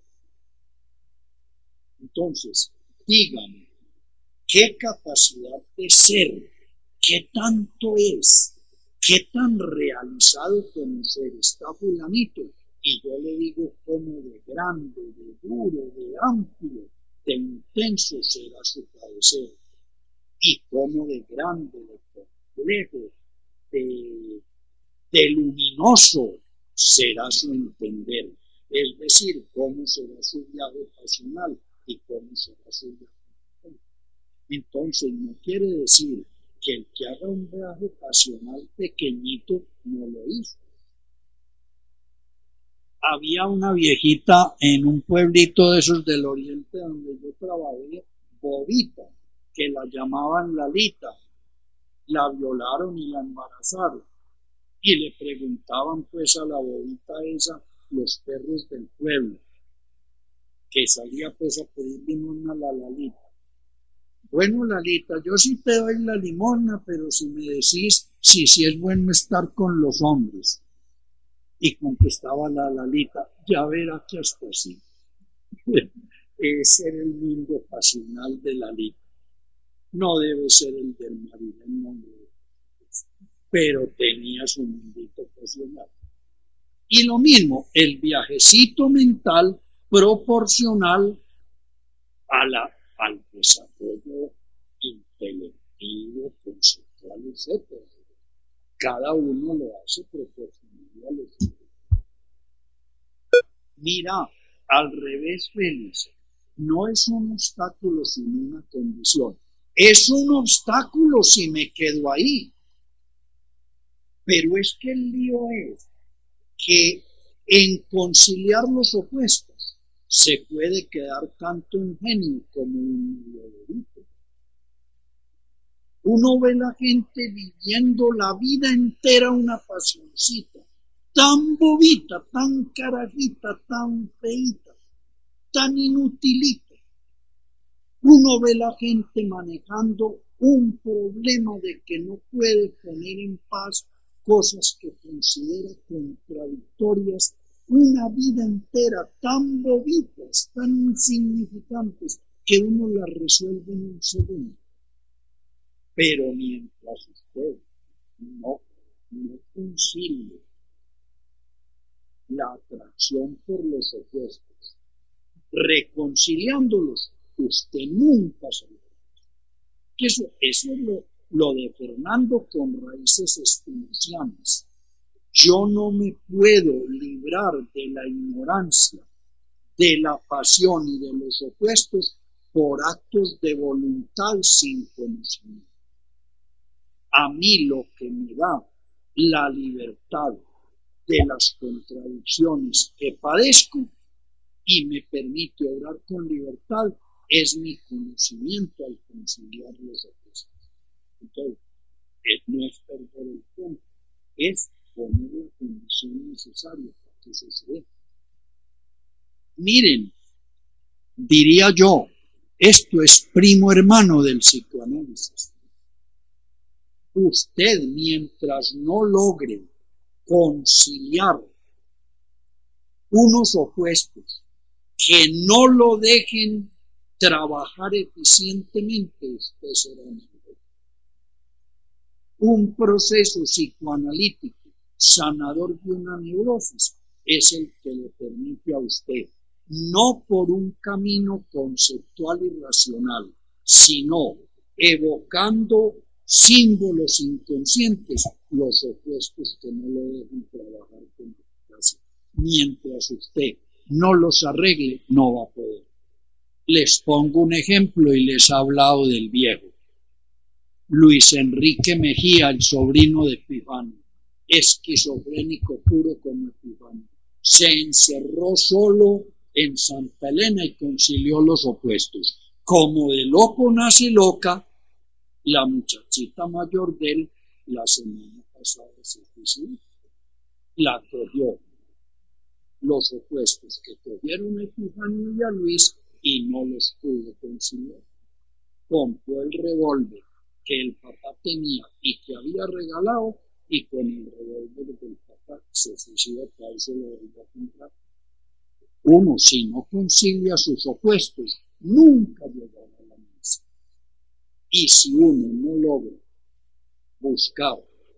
Entonces, díganme, ¿qué capacidad de ser ¿qué tanto es? ¿Qué tan realizado como ser está fulanito? Y yo le digo cómo de grande, de duro, de amplio, de intenso será su padecer. Y cómo de grande, de complejo, de, de luminoso será su entender. Es decir, cómo será su viaje pasional y cómo será su viaje mental. Entonces, no quiere decir que el que haga un viaje pasional pequeñito no lo hizo. Había una viejita en un pueblito de esos del oriente donde yo trabajé, bobita, que la llamaban Lalita. La violaron y la embarazaron. Y le preguntaban pues a la bobita esa, los perros del pueblo, que salía pues a pedir limosna a la Lalita. Bueno, Lalita, yo sí te doy la limosna, pero si me decís si sí, sí es bueno estar con los hombres. Y contestaba la Lalita, ya verá que hasta así. Ese era el mundo pasional de Lalita. No debe ser el del madrileño, pero tenía su mundito pasional. Y lo mismo, el viajecito mental proporcional a la, al desarrollo intelectivo, conceptual, etcétera. Cada uno lo hace proporcional a los demás. Mira, al revés, Félix, no es un obstáculo sino una condición. Es un obstáculo si me quedo ahí. Pero es que el lío es que en conciliar los opuestos se puede quedar tanto un genio como un lodorito. Uno ve la gente viviendo la vida entera una pasioncita, tan bobita, tan carajita, tan feita, tan inutilita. Uno ve la gente manejando un problema de que no puede poner en paz cosas que considera contradictorias, una vida entera tan bobitas, tan insignificantes, que uno las resuelve en un segundo. Pero mientras usted no, no concilie la atracción por los opuestos, reconciliándolos, usted nunca se lo hace. Eso, eso es lo, lo de Fernando con raíces espinocianas. Yo no me puedo librar de la ignorancia, de la pasión y de los opuestos por actos de voluntad sin conocimiento. A mí lo que me da la libertad de las contradicciones que padezco y me permite obrar con libertad es mi conocimiento al conciliar los opuestos. Entonces, no es perder el tiempo, es poner la condición necesaria para que eso se dé. Miren, diría yo, esto es primo hermano del psicoanálisis. Usted, mientras no logre conciliar unos opuestos que no lo dejen trabajar eficientemente, usted será un neurótico. Un proceso psicoanalítico sanador de una neurosis es el que le permite a usted, no por un camino conceptual y racional, sino evocando símbolos inconscientes, los opuestos que no lo dejen trabajar con eficacia. Mientras usted no los arregle, no va a poder. Les pongo un ejemplo y les he hablado del viejo. Luis Enrique Mejía, el sobrino de Epifanio, esquizofrénico puro como Epifanio, se encerró solo en Santa Elena y concilió los opuestos. Como de loco nace loca, la muchachita mayor de él la semana pasada se suicidó. La cogió los opuestos que cogieron a Epifanio y a Luis y no los pudo conciliar. Compró el revólver que el papá tenía y que había regalado y con el revólver del papá se suicidó, para eso lo volvió a comprar. Uno, si no concilia sus opuestos, nunca llegará a la mesa. Y si uno no logra buscar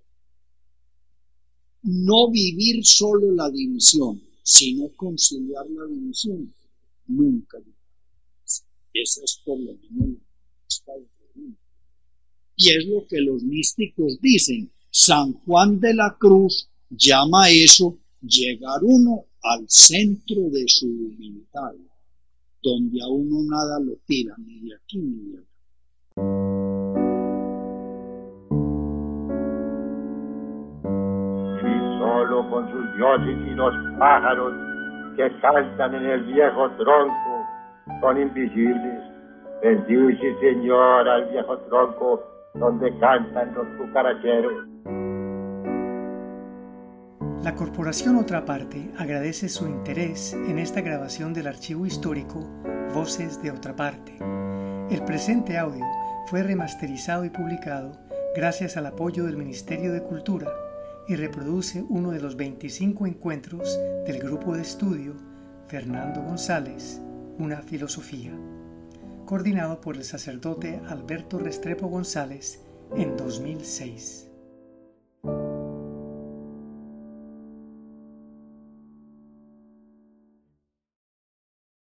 no vivir solo la división, sino conciliar la división, nunca. Esa es por lo menos esta diferencia. Y es lo que los místicos dicen. San Juan de la Cruz llama eso llegar uno al centro de su humildad, donde a uno nada lo tira, ni de aquí ni de allá. Vivir solo con sus dioses y los pájaros que cantan en el viejo tronco son invisibles. Bendice, Señor, al viejo tronco donde cantan los cucaracheros. La Corporación Otra Parte agradece su interés en esta grabación del archivo histórico Voces de Otra Parte. El presente audio fue remasterizado y publicado gracias al apoyo del Ministerio de Cultura y reproduce uno de los veinticinco encuentros del grupo de estudio Fernando González, Una Filosofía, coordinado por el sacerdote Alberto Restrepo González en dos mil seis.